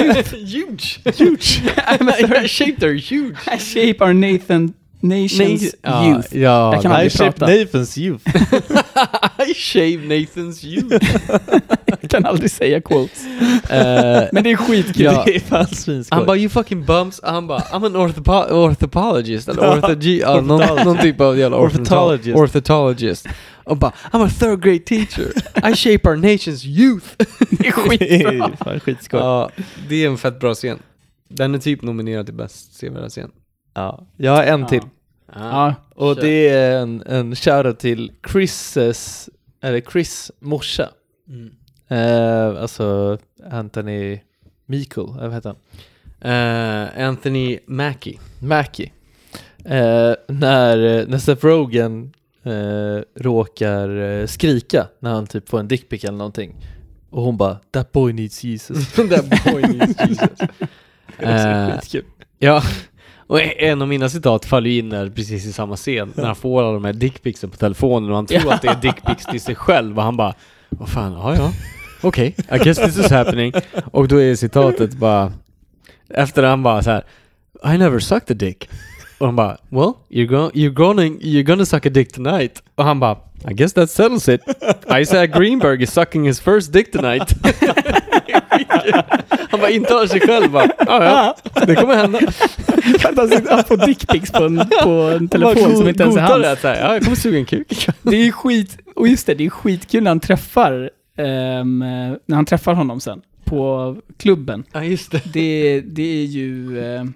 S7: Huge.
S1: I shape their huge.
S7: I shape our nation's youth.
S1: Ja,
S7: jag kan aldrig prata.
S6: Nathan's youth.
S1: I shave Nathan's youth.
S7: Jag kan aldrig säga quotes. Men det är skitkul.
S1: Ja.
S6: Det är fan svinskoj.
S1: Han bara, you fucking bums. Han bara, I'm an orthopologist. Eller någon typ av jävla orthotologist. Och bara, I'm a 3rd grade teacher. I shape our nation's youth.
S7: Det är skitbra.
S6: Fan, skitskoj.
S1: Ja, det är en fett bra scen. Den är typ nominerad till bäst sevärda scen.
S6: Ja, jag har en till.
S7: Ja,
S6: och det är en shoutout till Chris morsa. Alltså Anthony Michael, vad heter han?
S1: Anthony Mackie.
S6: När Seth Rogen råkar skrika när han typ får en dickpic eller någonting. Och hon bara, that boy needs Jesus.
S1: That boy needs Jesus. Ja. Och en av mina citat faller in där precis i samma scen när han får alla de här dickpicsen på telefonen och han tror att det är dickpics till sig själv och han bara, vad fan, ja. Okej, I guess this is happening. Och då är citatet bara efter han bara så här, I never sucked a dick. Och han bara, well, you're gonna suck a dick tonight. Och han bara, I guess that settles it. Isaac Greenberg is sucking his first dick tonight. Han bara intalar sig själv bara, ja, det kommer hända.
S7: Kan han sitta på dickpics på en telefon som inte ens är hans.
S1: Ja, jag kommer suga en kuk.
S7: Det är och just det är skitkul när han träffar honom sen på klubben.
S1: Ja, just det.
S7: Det är ju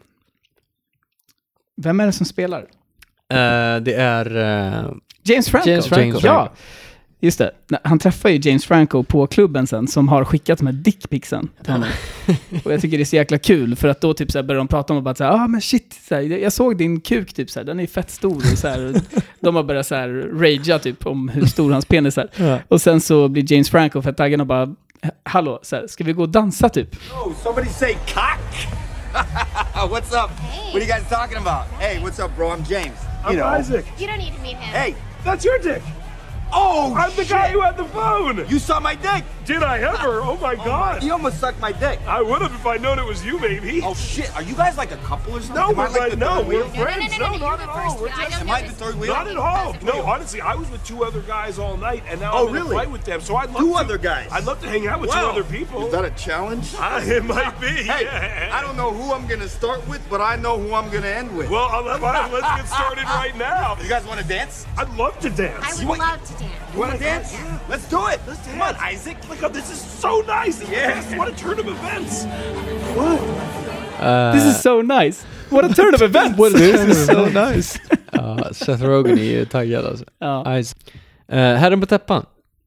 S7: vem är det som spelar?
S1: Det är
S7: James Franco. Ja, just det. Han träffar ju James Franco på klubben sen som har skickat de här dickpicsen till honom. Och jag tycker det är så jäkla kul för att då typ så här börjar de prata om och bara så här, men shit, så här, jag såg din kuk typ så här, den är fett stor och så här, och de har börjat så här ragea typ om hur stor hans penis är. Ja. Och sen så blir James Franco för tagen och bara, hallå, så här, ska vi gå och dansa typ?
S12: Oh, somebody say cock. What's up? Hey. What are you guys talking about? Hey, what's up, bro? I'm James.
S5: I'm Isaac.
S13: You don't need to meet him.
S12: Hey,
S5: that's your dick.
S12: Oh,
S5: I'm the guy who had the phone.
S12: You saw my dick.
S5: Did I ever? Oh my God.
S12: You almost sucked my dick.
S5: I would have if I'd known it was you, baby.
S12: Oh shit, are you guys like a couple or something?
S5: No,
S12: we're
S5: like we're friends.
S13: No,
S5: not at all. We're just
S12: Am I the third wheel?
S5: Not at all. No, honestly, I was with 2 other guys all night, and now I'm in a fight with them. So I'd love
S12: 2 other guys.
S5: I'd love to hang out with 2 other people.
S12: Is that a challenge?
S5: It might be.
S12: Hey,
S5: yeah.
S12: I don't know who I'm gonna start with, but I know who I'm gonna end with.
S5: Well, let's get started right now.
S12: You guys want to dance?
S5: I'd love to dance.
S13: I would love to dance.
S12: You want to dance?
S5: Yeah.
S12: Let's do it.
S5: Let's dance.
S12: Come on, Isaac.
S5: Look, this is so nice.
S12: Yeah.
S5: What a turn of events. What?
S7: This is so nice. What a turn of events.
S6: This is so nice.
S1: Ja, Seth Rogen är ju taggad alltså.
S7: Ja.
S1: Herren på täppan.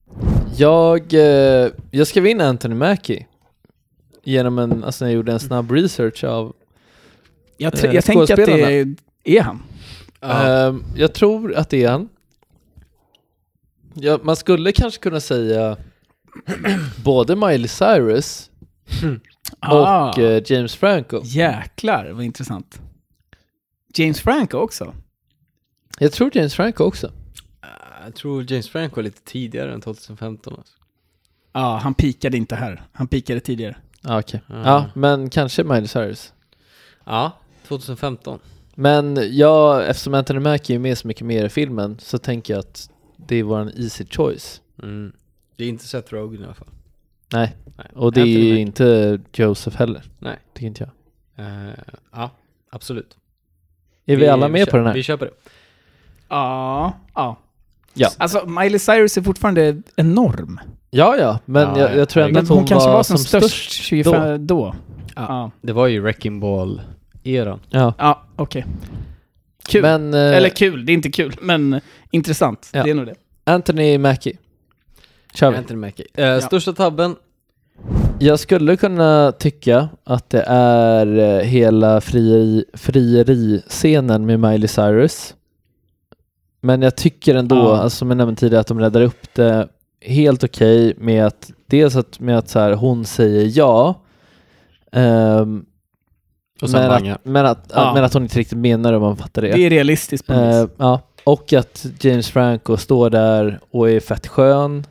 S6: Jag skrev in Anthony Mackie genom jag gjorde en snabb research av
S7: jag tänker att det är han.
S6: Jag tror att det är han. Ja, man skulle kanske kunna säga både Miley Cyrus och James Franco.
S7: Jäklar, vad intressant. James Franco också?
S6: Jag tror James Franco också.
S1: Jag tror James Franco var lite tidigare än 2015. Alltså.
S7: Ja, han pikade inte här. Han pikade tidigare.
S6: Okej. Ja, men kanske Miley Cyrus.
S1: Ja, 2015.
S6: Men eftersom Anthony Mackie är med så mycket mer i filmen så tänker jag att det var en easy choice.
S1: Mm. Det är inte Seth Rogen i alla fall.
S6: Nej. Och det Anthony är Mackie. Inte Joseph heller.
S1: Nej.
S6: Tycker inte jag.
S1: Ja, absolut.
S6: Är vi alla med på den här?
S1: Vi köper det.
S7: Ja.
S6: Alltså
S7: Miley Cyrus är fortfarande enorm.
S6: Ja, men jag tror ändå att hon
S7: kanske var
S6: som störst
S7: 25 då.
S1: Ja. Det var ju Wrecking Ball-eran.
S7: Ja, okej. Kul.
S6: Men,
S7: eller kul, det är inte kul, men intressant. Ja. Det är nog det.
S6: Anthony Mackie. Kör vi.
S1: Anthony Mackie. Största tabben?
S6: Jag skulle kunna tycka att det är hela frieriscenen med Miley Cyrus. Men jag tycker ändå, alltså som jag nämnde tidigare, att de räddar upp det helt okej med att dels med att så här, hon säger ja. Och men att hon inte riktigt menar det, om man fattar det.
S7: Det är realistiskt på något vis.
S6: Ja. Och att James Franco står där och är fett skön.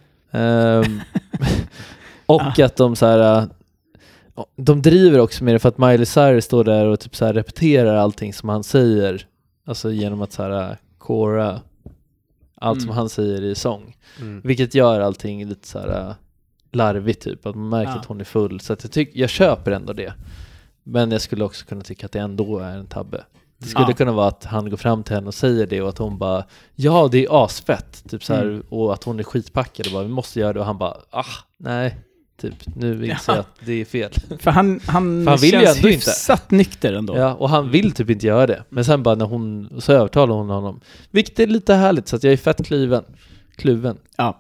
S6: Och att de så här, de driver också med det för att Miley Cyrus står där och typ så här repeterar allting som han säger. Alltså genom att så här kora allt som han säger i sång. Vilket gör allting lite så här larvigt typ. Att man märker att hon är full. Så att jag köper ändå det. Men jag skulle också kunna tycka att det ändå är en tabbe. Det skulle kunna vara att han går fram till henne och säger det och att hon bara, ja det är asfett typ så här, och att hon är skitpackad och bara, vi måste göra det, och han bara, nej typ, nu inser jag att det är fel.
S7: För han
S6: vill
S7: känns
S6: ju ändå
S7: hyfsat nykter ändå.
S6: Ja, och han vill typ inte göra det. Men sen bara när hon, så övertalar hon honom. Vilket är lite härligt, så att jag är fett kluven.
S7: Ja.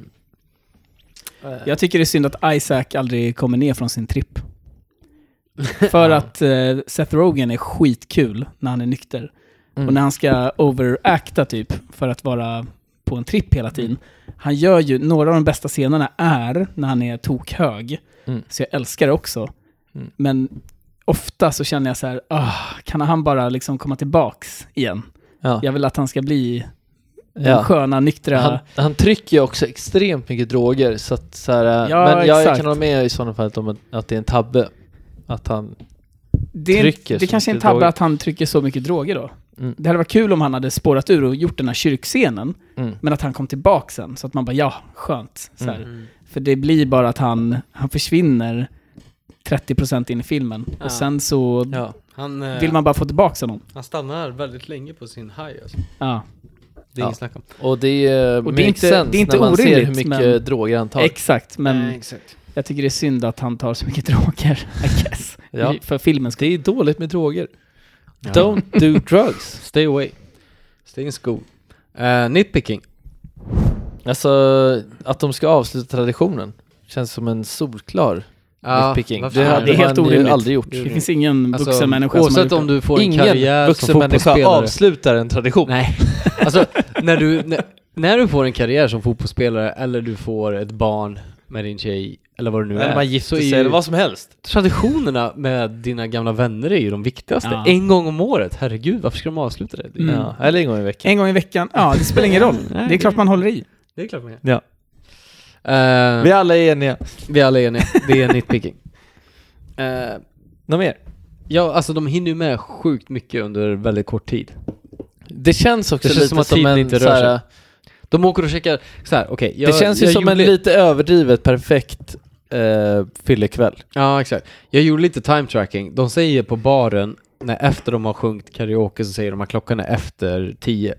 S7: Jag tycker det är synd att Isaac aldrig kommer ner från sin tripp. För att Seth Rogen är skitkul när han är nykter. Och när han ska overacta typ för att vara på en tripp hela tiden. Han gör ju, några av de bästa scenerna är när han är tokhög. Så jag älskar det också. Men ofta så känner jag så här, kan han bara liksom komma tillbaks igen? Ja. Jag vill att han ska bli den sköna, nyktra.
S6: Han trycker ju också extremt mycket droger. Så att, så här, men jag kan hålla med i sådana fall om att det är en tabbe. Att han trycker.
S7: Det kanske är en tabbe att han trycker så mycket droger då. Det hade varit kul om han hade spårat ur och gjort den här kyrkscenen. Men att han kom tillbaka sen. Så att man bara, skönt. Så här. För det blir bara att han försvinner 30% in i filmen. Och sen så vill man bara få tillbaka honom.
S1: Han stannar väldigt länge på sin high. Alltså.
S7: Ja.
S1: Det är inget snack om.
S6: Och det är inte
S7: när man
S6: ser hur mycket droger han tar.
S7: Exakt, men jag tycker det är synd att han tar så mycket droger, I guess. För filmen.
S6: Det är dåligt med droger. Don't do drugs.
S1: Stay away. Stay in school. Nitpicking.
S6: Alltså, att de ska avsluta traditionen känns som en solklar nitpicking.
S7: Det är helt orimligt.
S6: Aldrig gjort.
S7: Det finns ingen vuxen människa som
S1: oavsett om du får en karriär
S6: vuxen
S1: som fotbollsspelare.
S6: människa avslutar en tradition.
S1: Nej. Alltså, när du får en karriär som fotbollsspelare eller du får ett barn med din tjej eller vad det nu är.
S6: Man gifter sig eller vad som helst.
S1: Traditionerna med dina gamla vänner är ju de viktigaste. En gång om året. Herregud, varför ska de avsluta det?
S6: Eller en gång i veckan.
S7: En gång i veckan. Ja, det spelar ingen roll. Det är klart man håller i.
S1: Det är klart man gör.
S6: Ja. Vi alla är eniga.
S1: Det är nitpicking.
S6: Något mer?
S1: Ja, alltså de hinner ju med sjukt mycket under väldigt kort tid.
S6: Det känns också
S1: lite
S6: som att tiden inte rör sig.
S1: De åker och checkar så här, okej.
S6: Det känns ju som en lite överdrivet perfekt fyllekväll.
S1: Ja, exakt. Jag gjorde lite time tracking. De säger på baren, efter de har sjungit karaoke, så säger de att klockan är efter 10.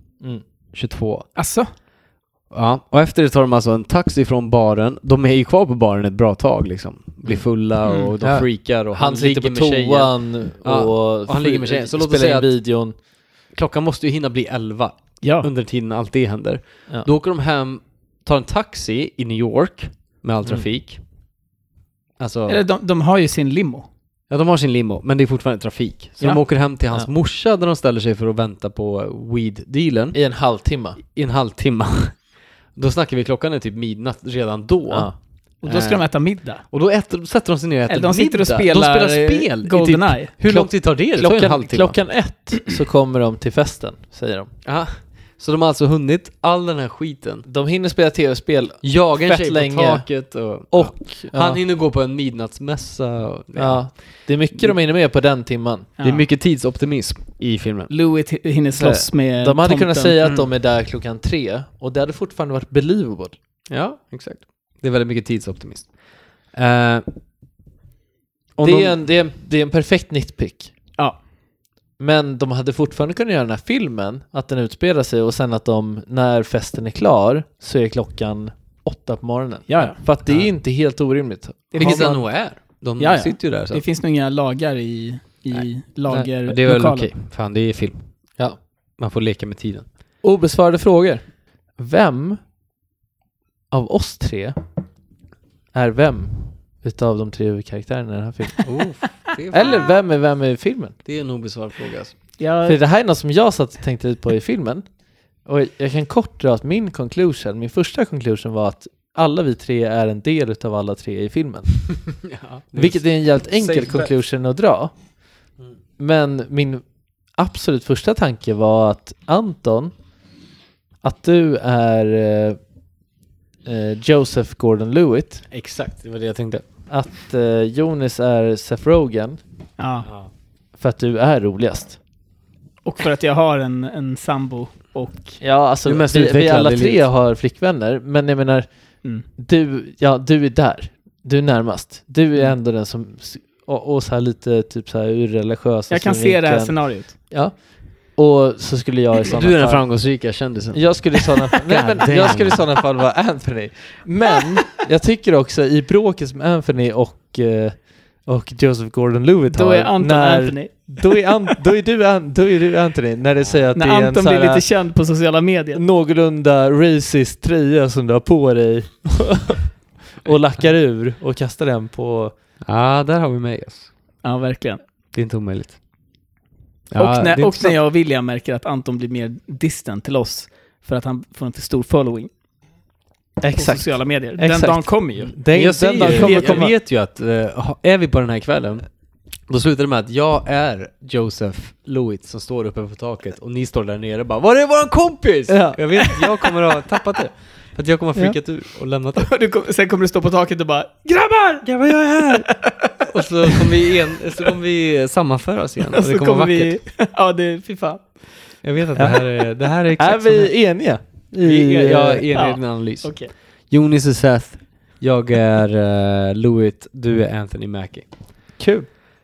S1: 22.
S7: Asså?
S1: Ja, och efter det tar de alltså en taxi från baren. De är ju kvar på baren ett bra tag liksom. Blir fulla och de freakar och
S6: han sitter på toan och
S1: han ligger med tjejen. Så låt oss säga videon. Klockan måste ju hinna bli 11 under tiden allt det händer. Ja. Då åker de hem, tar en taxi i New York med all trafik. Alltså,
S7: eller de har ju sin limo.
S1: Ja, de har sin limo, men det är fortfarande trafik. Så de åker hem till hans morsa där de ställer sig för att vänta på weed-dealen.
S6: I en halvtimme.
S1: Då snackar vi, klockan är typ midnatt redan då. Ja.
S7: Och då ska de äta middag.
S1: Och då sätter de sig ner och äter
S7: de sitter
S1: middag.
S7: Och spelar
S1: spel.
S7: GoldenEye.
S1: Hur lång tid tar det? Det tar en halvtimme.
S6: Klockan 1 så kommer de till festen, säger de.
S1: Ja. Så de har alltså hunnit all den här skiten.
S6: De hinner spela tv-spel.
S1: Jaga en tjej
S6: länge.
S1: På taket. Och han hinner gå på en midnattsmässa.
S6: Det är mycket de hinner med på den timman.
S1: Det är mycket tidsoptimism i filmen.
S7: Louis hinner slåss med
S6: de hade tomten. Kunnat säga att de är där klockan 3. Och det hade fortfarande varit believable.
S1: Ja, exakt. Det är väldigt mycket tidsoptimism.
S6: Det är en perfekt nitpick.
S7: Ja.
S6: Men de hade fortfarande kunnat göra den här filmen, att den utspelar sig och sen att de, när festen är klar, så är klockan 8 på morgonen.
S7: Ja.
S6: För att det är inte helt orimligt.
S1: Vilket det nog är. De sitter ju där. Så.
S7: Det finns nog inga lagar i lager.
S1: Nej, det är väl okej. Fan, det är film.
S6: Ja.
S1: Man får leka med tiden.
S6: Obesvarade frågor. Vem av oss tre är vem utav de 3 huvudkaraktärerna i den här filmen? Eller vem är i filmen?
S1: Det är en obesvarad fråga alltså.
S6: För det här är något som jag satt och tänkte ut på i filmen. Och jag kan kort dra att min första conclusion var att alla vi tre är en del utav alla tre i filmen. Vilket är en jävligt enkel conclusion att dra. Men min absolut första tanke var att Anton, att du är Joseph Gordon-Levitt.
S1: Exakt, det var det jag tänkte.
S6: Att Jonas är Seth Rogen.
S7: Ja.
S6: För att du är roligast.
S7: Och för att jag har en sambo och...
S6: Ja, alltså vi alla tre har flickvänner. Men jag menar, du är där. Du är närmast. Du är ändå den som... Och så här lite typ så här urreligiös.
S7: Jag kan se det här scenariot.
S6: Ja. Och så skulle jag i sådana fall...
S1: Du är den framgångsrika kändisen.
S6: Jag skulle i sådana fall vara Anthony. Men jag tycker också i bråket med Anthony och Joseph Gordon-Levitt
S7: då är Anton Anthony.
S6: Då är du Anthony när det säger att
S7: när
S6: det är
S7: Anton blir lite känd på sociala medier.
S6: Någorlunda racist tröja som du har på dig och lackar ur och kastar den på...
S1: Ja, där har vi med oss.
S7: Ja, verkligen.
S1: Det är inte omöjligt.
S7: Ja, när jag och William märker att Anton blir mer distant till oss för att han får en för stor following.
S6: Exakt.
S7: På sociala medier. Den dagen kommer ju.
S1: Jag vet ju att är vi på den här kvällen, då slutar det med att jag är Joseph Lewitt som står uppe på taket och ni står där nere och bara, var är våran kompis? Ja. Jag kommer att ha tappat det. För att jag kommer att freakat ur och lämnat det.
S7: Sen kommer du stå på taket och bara, grabbar!
S1: Jag är här! Och så kommer vi sammanföra oss igen. Och det kommer vara vackert.
S7: Ja, fy fan.
S1: Jag vet att det här är exakt.
S6: Är vi eniga?
S1: Jag är enig i din analys.
S7: Okay.
S1: Jonas är Seth, jag är Lewitt, du är Anthony Mackie.
S6: Kul.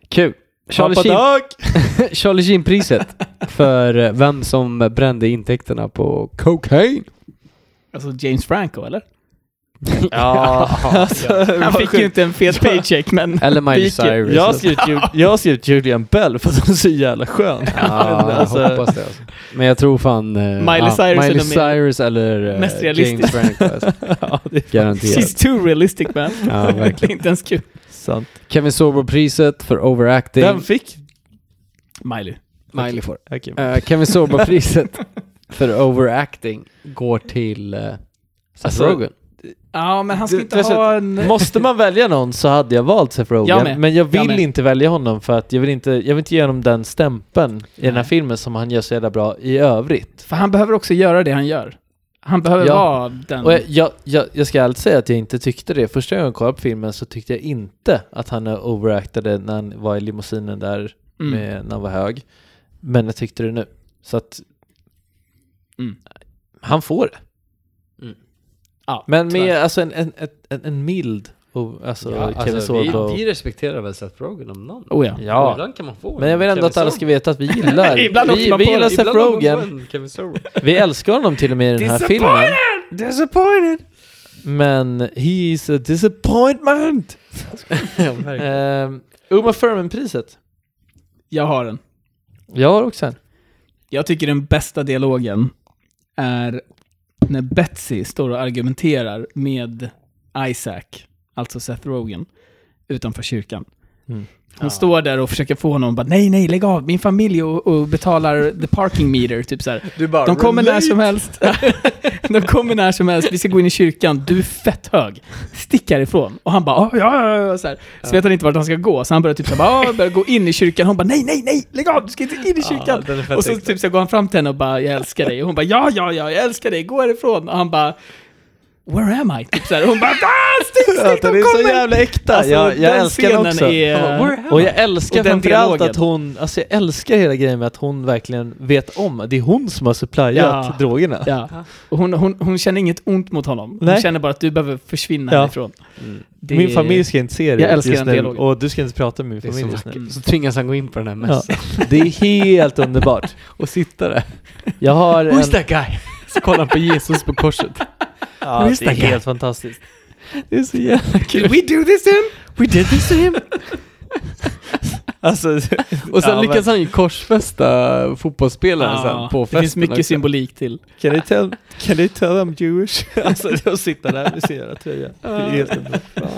S1: Charlie Sheen-priset för vem som brände intäkterna på cocaine.
S7: Alltså James Franco, eller?
S6: Ja.
S7: Han fick ju inte en fet paycheck, men...
S1: Eller Miley Cyrus.
S6: Jag har skrivit Julian Bell för att hon är så jävla skön.
S1: Jag hoppas det alltså. Men jag tror fan...
S7: Miley
S1: Cyrus eller
S7: mest
S1: James Franco. Alltså. Garanterat.
S7: She's too realistic, man.
S1: Ja, verkligen.
S7: Inte ens kul.
S6: Sant.
S1: Kevin Sorbo-priset för overacting.
S6: Vem fick?
S7: Miley
S1: får. Okay. Kevin Sorbo-priset för overacting går till Seth Rogen.
S7: Ja, men han ska inte ha en...
S6: Måste man välja någon så hade jag valt Seth Rogen. Men jag vill inte välja honom för att jag vill inte ge honom den stämpeln i den här filmen som han gör så jävla bra i övrigt.
S7: För han behöver också göra det han gör. Han behöver vara den...
S6: Och jag ska alltid säga att jag inte tyckte det. Första gången jag kollade på filmen så tyckte jag inte att han overactade när han var i limousinen där när han var hög. Men jag tyckte det nu. Så att han får det.
S7: Ja,
S6: men med alltså en mild Kevin Sorbo.
S1: Vi respekterar väl Seth Rogen om någon.
S7: Oh ja.
S6: Ja.
S1: Ibland kan man få.
S6: Men jag vill ändå att alla ska veta att vi gillar. vi gillar Seth Rogen. Vi älskar honom till och med i den här filmen.
S1: Disappointed.
S6: Men he's a disappointment. Uma Thurman-priset.
S7: Jag har den.
S6: Jag har också en.
S7: Jag tycker den bästa dialogen är när Betsy står och argumenterar med Isaac, alltså Seth Rogen, utanför kyrkan. Hon står där och försöker få honom bara, nej, lägg av, min familj och betalar the parking meter, typ så här. De kommer när som helst. De kommer när som helst, vi ska gå in i kyrkan, du är fett hög. Stick härifrån. Och han bara, ja, så här. Så vet han inte vart han ska gå, så han börjar typ så här, börjar gå in i kyrkan. Hon bara, nej, lägg av, du ska inte in i kyrkan. Och så typ så går han fram till henne och bara, jag älskar dig. Och hon bara, ja, jag älskar dig, gå härifrån. Och han bara, where am I? Typ så här. Och hon bara, stick,
S6: det är så jävla äkta.
S7: Alltså,
S6: jag älskar den också. Och jag älskar framförallt att hon, alltså jag älskar hela grejen med att hon verkligen vet om. Det är hon som har supplyat drogerna.
S7: Ja. Och hon känner inget ont mot honom. Hon känner bara att du behöver försvinna härifrån.
S6: Min familj ska inte se det.
S7: Jag älskar den dialogen.
S6: Och du ska inte prata med min familj just nu.
S1: Så tvingas han gå in på den här mässan.
S6: Det är helt underbart.
S1: Och sitta där.
S6: Jag har
S1: Who's that guy? Så kollar han på Jesus på korset.
S6: Ja, det är helt fantastiskt.
S1: Det är så jävla kul.
S7: Did we do this to him?
S1: We did this to him.
S6: Alltså,
S1: och sen lyckas han ju korsfästa fotbollsspelaren sen på festen.
S7: Det finns mycket symbolik till.
S6: Can they tell I'm Jewish? Alltså att sitta där med sin jävla tröja. Det är helt underbart.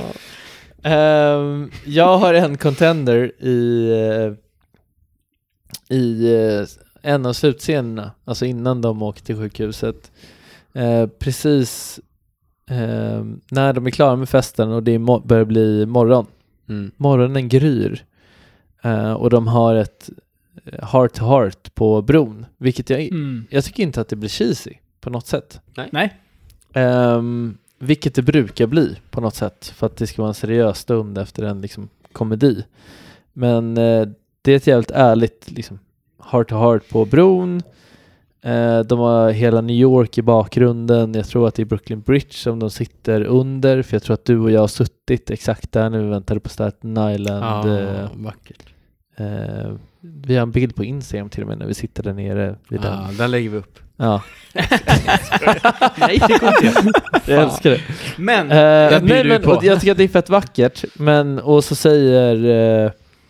S6: Jag har en contender i en av slutscenerna, alltså innan de åker till sjukhuset, precis när de är klara med festen och det börjar bli morgon. Morgonen gryr och de har ett heart to heart på bron, vilket jag tycker inte att det blir cheesy på något sätt.
S7: Nej.
S6: Vilket det brukar bli på något sätt, för att det ska vara en seriös stund efter en liksom komedi. Men det är ett jävligt ärligt liksom heart to heart på bron. De har hela New York i bakgrunden. Jag tror att det är Brooklyn Bridge som de sitter under, för jag tror att du och jag har suttit exakt där när vi väntade på Staten Island.
S1: Vackert.
S6: Vi har en bild på Instagram till och med när vi sitter där nere vid den.
S1: Den lägger vi upp.
S6: Ja.
S7: Nej, det går inte.
S6: Jag älskar det.
S7: Men
S6: och jag tycker att det är fett vackert. Men, och så säger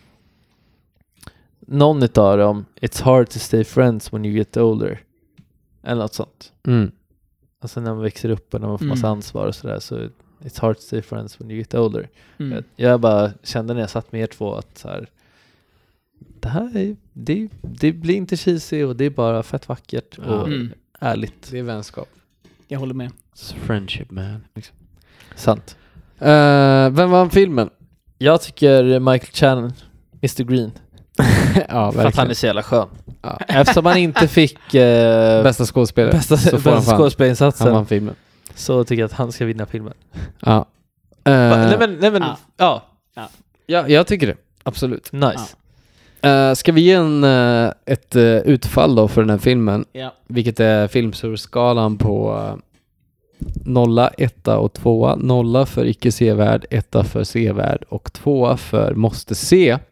S6: någon utav dem, it's hard to stay friends when you get older. Eller något sånt. Alltså när man växer upp och när man får massa ansvar och sådär, så it's hard to stay friends when you get older. Jag bara kände när jag satt med er två att så här, det här är, det blir inte cheesy och det är bara fett vackert och ärligt.
S1: Det är vänskap.
S7: Jag håller med.
S1: It's friendship, man. Liksom.
S6: Sant.
S1: Vem vann filmen?
S6: Jag tycker Michael Shannon, Mr. Green.
S1: Ja,
S6: för att han är så jävla skön. Ja. Eftersom han inte fick
S1: bästa skådespelare,
S6: bästa skådespelarinsatsen,
S1: han vann filmen.
S6: Så tycker jag att han ska vinna filmen.
S1: Ja.
S6: Nej men
S1: ja, jag tycker det. Absolut.
S6: Nice.
S1: Ska vi ge ett utfall då för den här filmen?
S7: Ja.
S1: Vilket är filmsurskalan på 0, 1 och 2. 0 för icke sevärd, 1 för sevärd och 2 för måste se. Är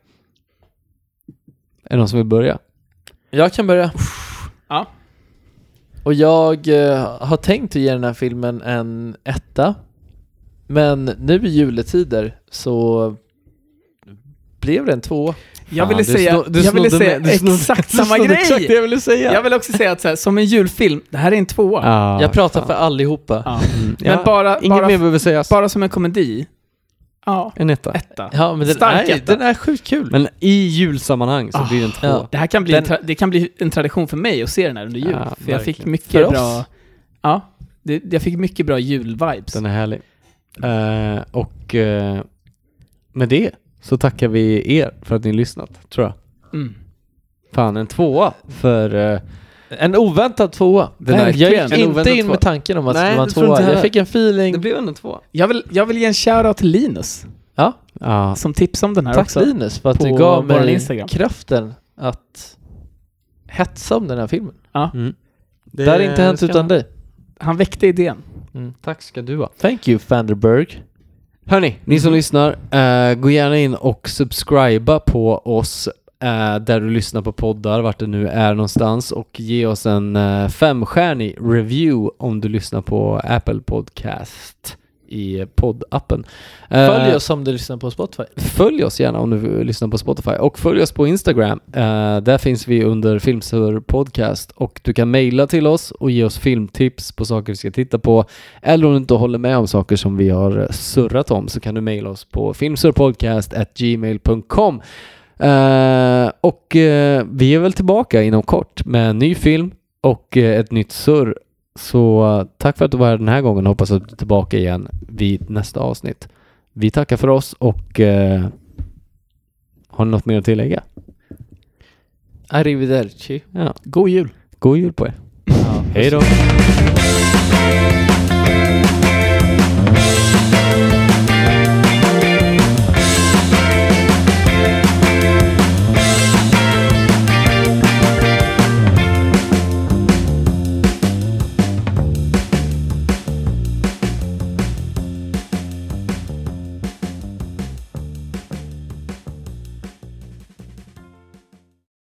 S1: det någon som vill börja?
S6: Jag kan börja.
S7: Ja.
S6: Och jag har tänkt att ge den här filmen en 1. Men nu i juletider så blev det en 2.
S7: Jag ville säga exakt samma grej.
S1: Exakt det jag ville säga.
S7: Jag vill också säga att så här, som en julfilm, det här är en 2.
S6: Jag pratar för allihopa.
S7: Ja. Men bara
S1: mer behöver sägas.
S7: Bara som en komedi. Ja.
S1: En 1.
S6: Ja, men den är sjukt kul.
S1: Men i julsammanhang så blir det en 2.
S7: Ja. Det här kan bli det kan bli en tradition för mig att se den här under jul. För
S1: verkligen.
S7: jag fick mycket bra. Ja, jag fick mycket bra julvibes.
S1: Den är härlig. Och med det så tackar vi er för att ni har lyssnat, tror jag. Fan, en 2 för
S6: en oväntad 2. Jag gick inte in med tanken om att det var en 2. Jag fick en feeling.
S1: Det blev en 2.
S7: Jag vill ge en shoutout till Linus.
S6: Ja.
S7: Som tips om den här.
S6: Tack
S7: också.
S6: Tack Linus för att du gav mig
S7: Instagram
S6: kraften att hetsa om den här filmen.
S7: Ja.
S6: Det har inte hänt utan dig.
S7: Han väckte idén.
S1: Tack ska du ha.
S6: Thank you, Vanderberg.
S1: Hörni, ni som lyssnar, gå gärna in och subscriba på oss där du lyssnar på poddar, vart det nu är någonstans, och ge oss en 5-stjärnig review om du lyssnar på Apple Podcast i poddappen.
S6: Följ oss om du lyssnar på Spotify.
S1: Följ oss gärna om du lyssnar på Spotify, och följ oss på Instagram. Där finns vi under Filmsur Podcast, och du kan mejla till oss och ge oss filmtips på saker vi ska titta på, eller om du inte håller med om saker som vi har surrat om, så kan du mejla oss på filmsurpodcast@gmail.com. Och vi är väl tillbaka inom kort med en ny film och ett nytt surr. Så tack för att du var här den här gången. Hoppas att du är tillbaka igen vid nästa avsnitt. Vi tackar för oss, och har ni något mer att tillägga?
S6: Arrivederci.
S1: Ja.
S7: God jul.
S1: God jul på er.
S6: Ja.
S1: Hej då.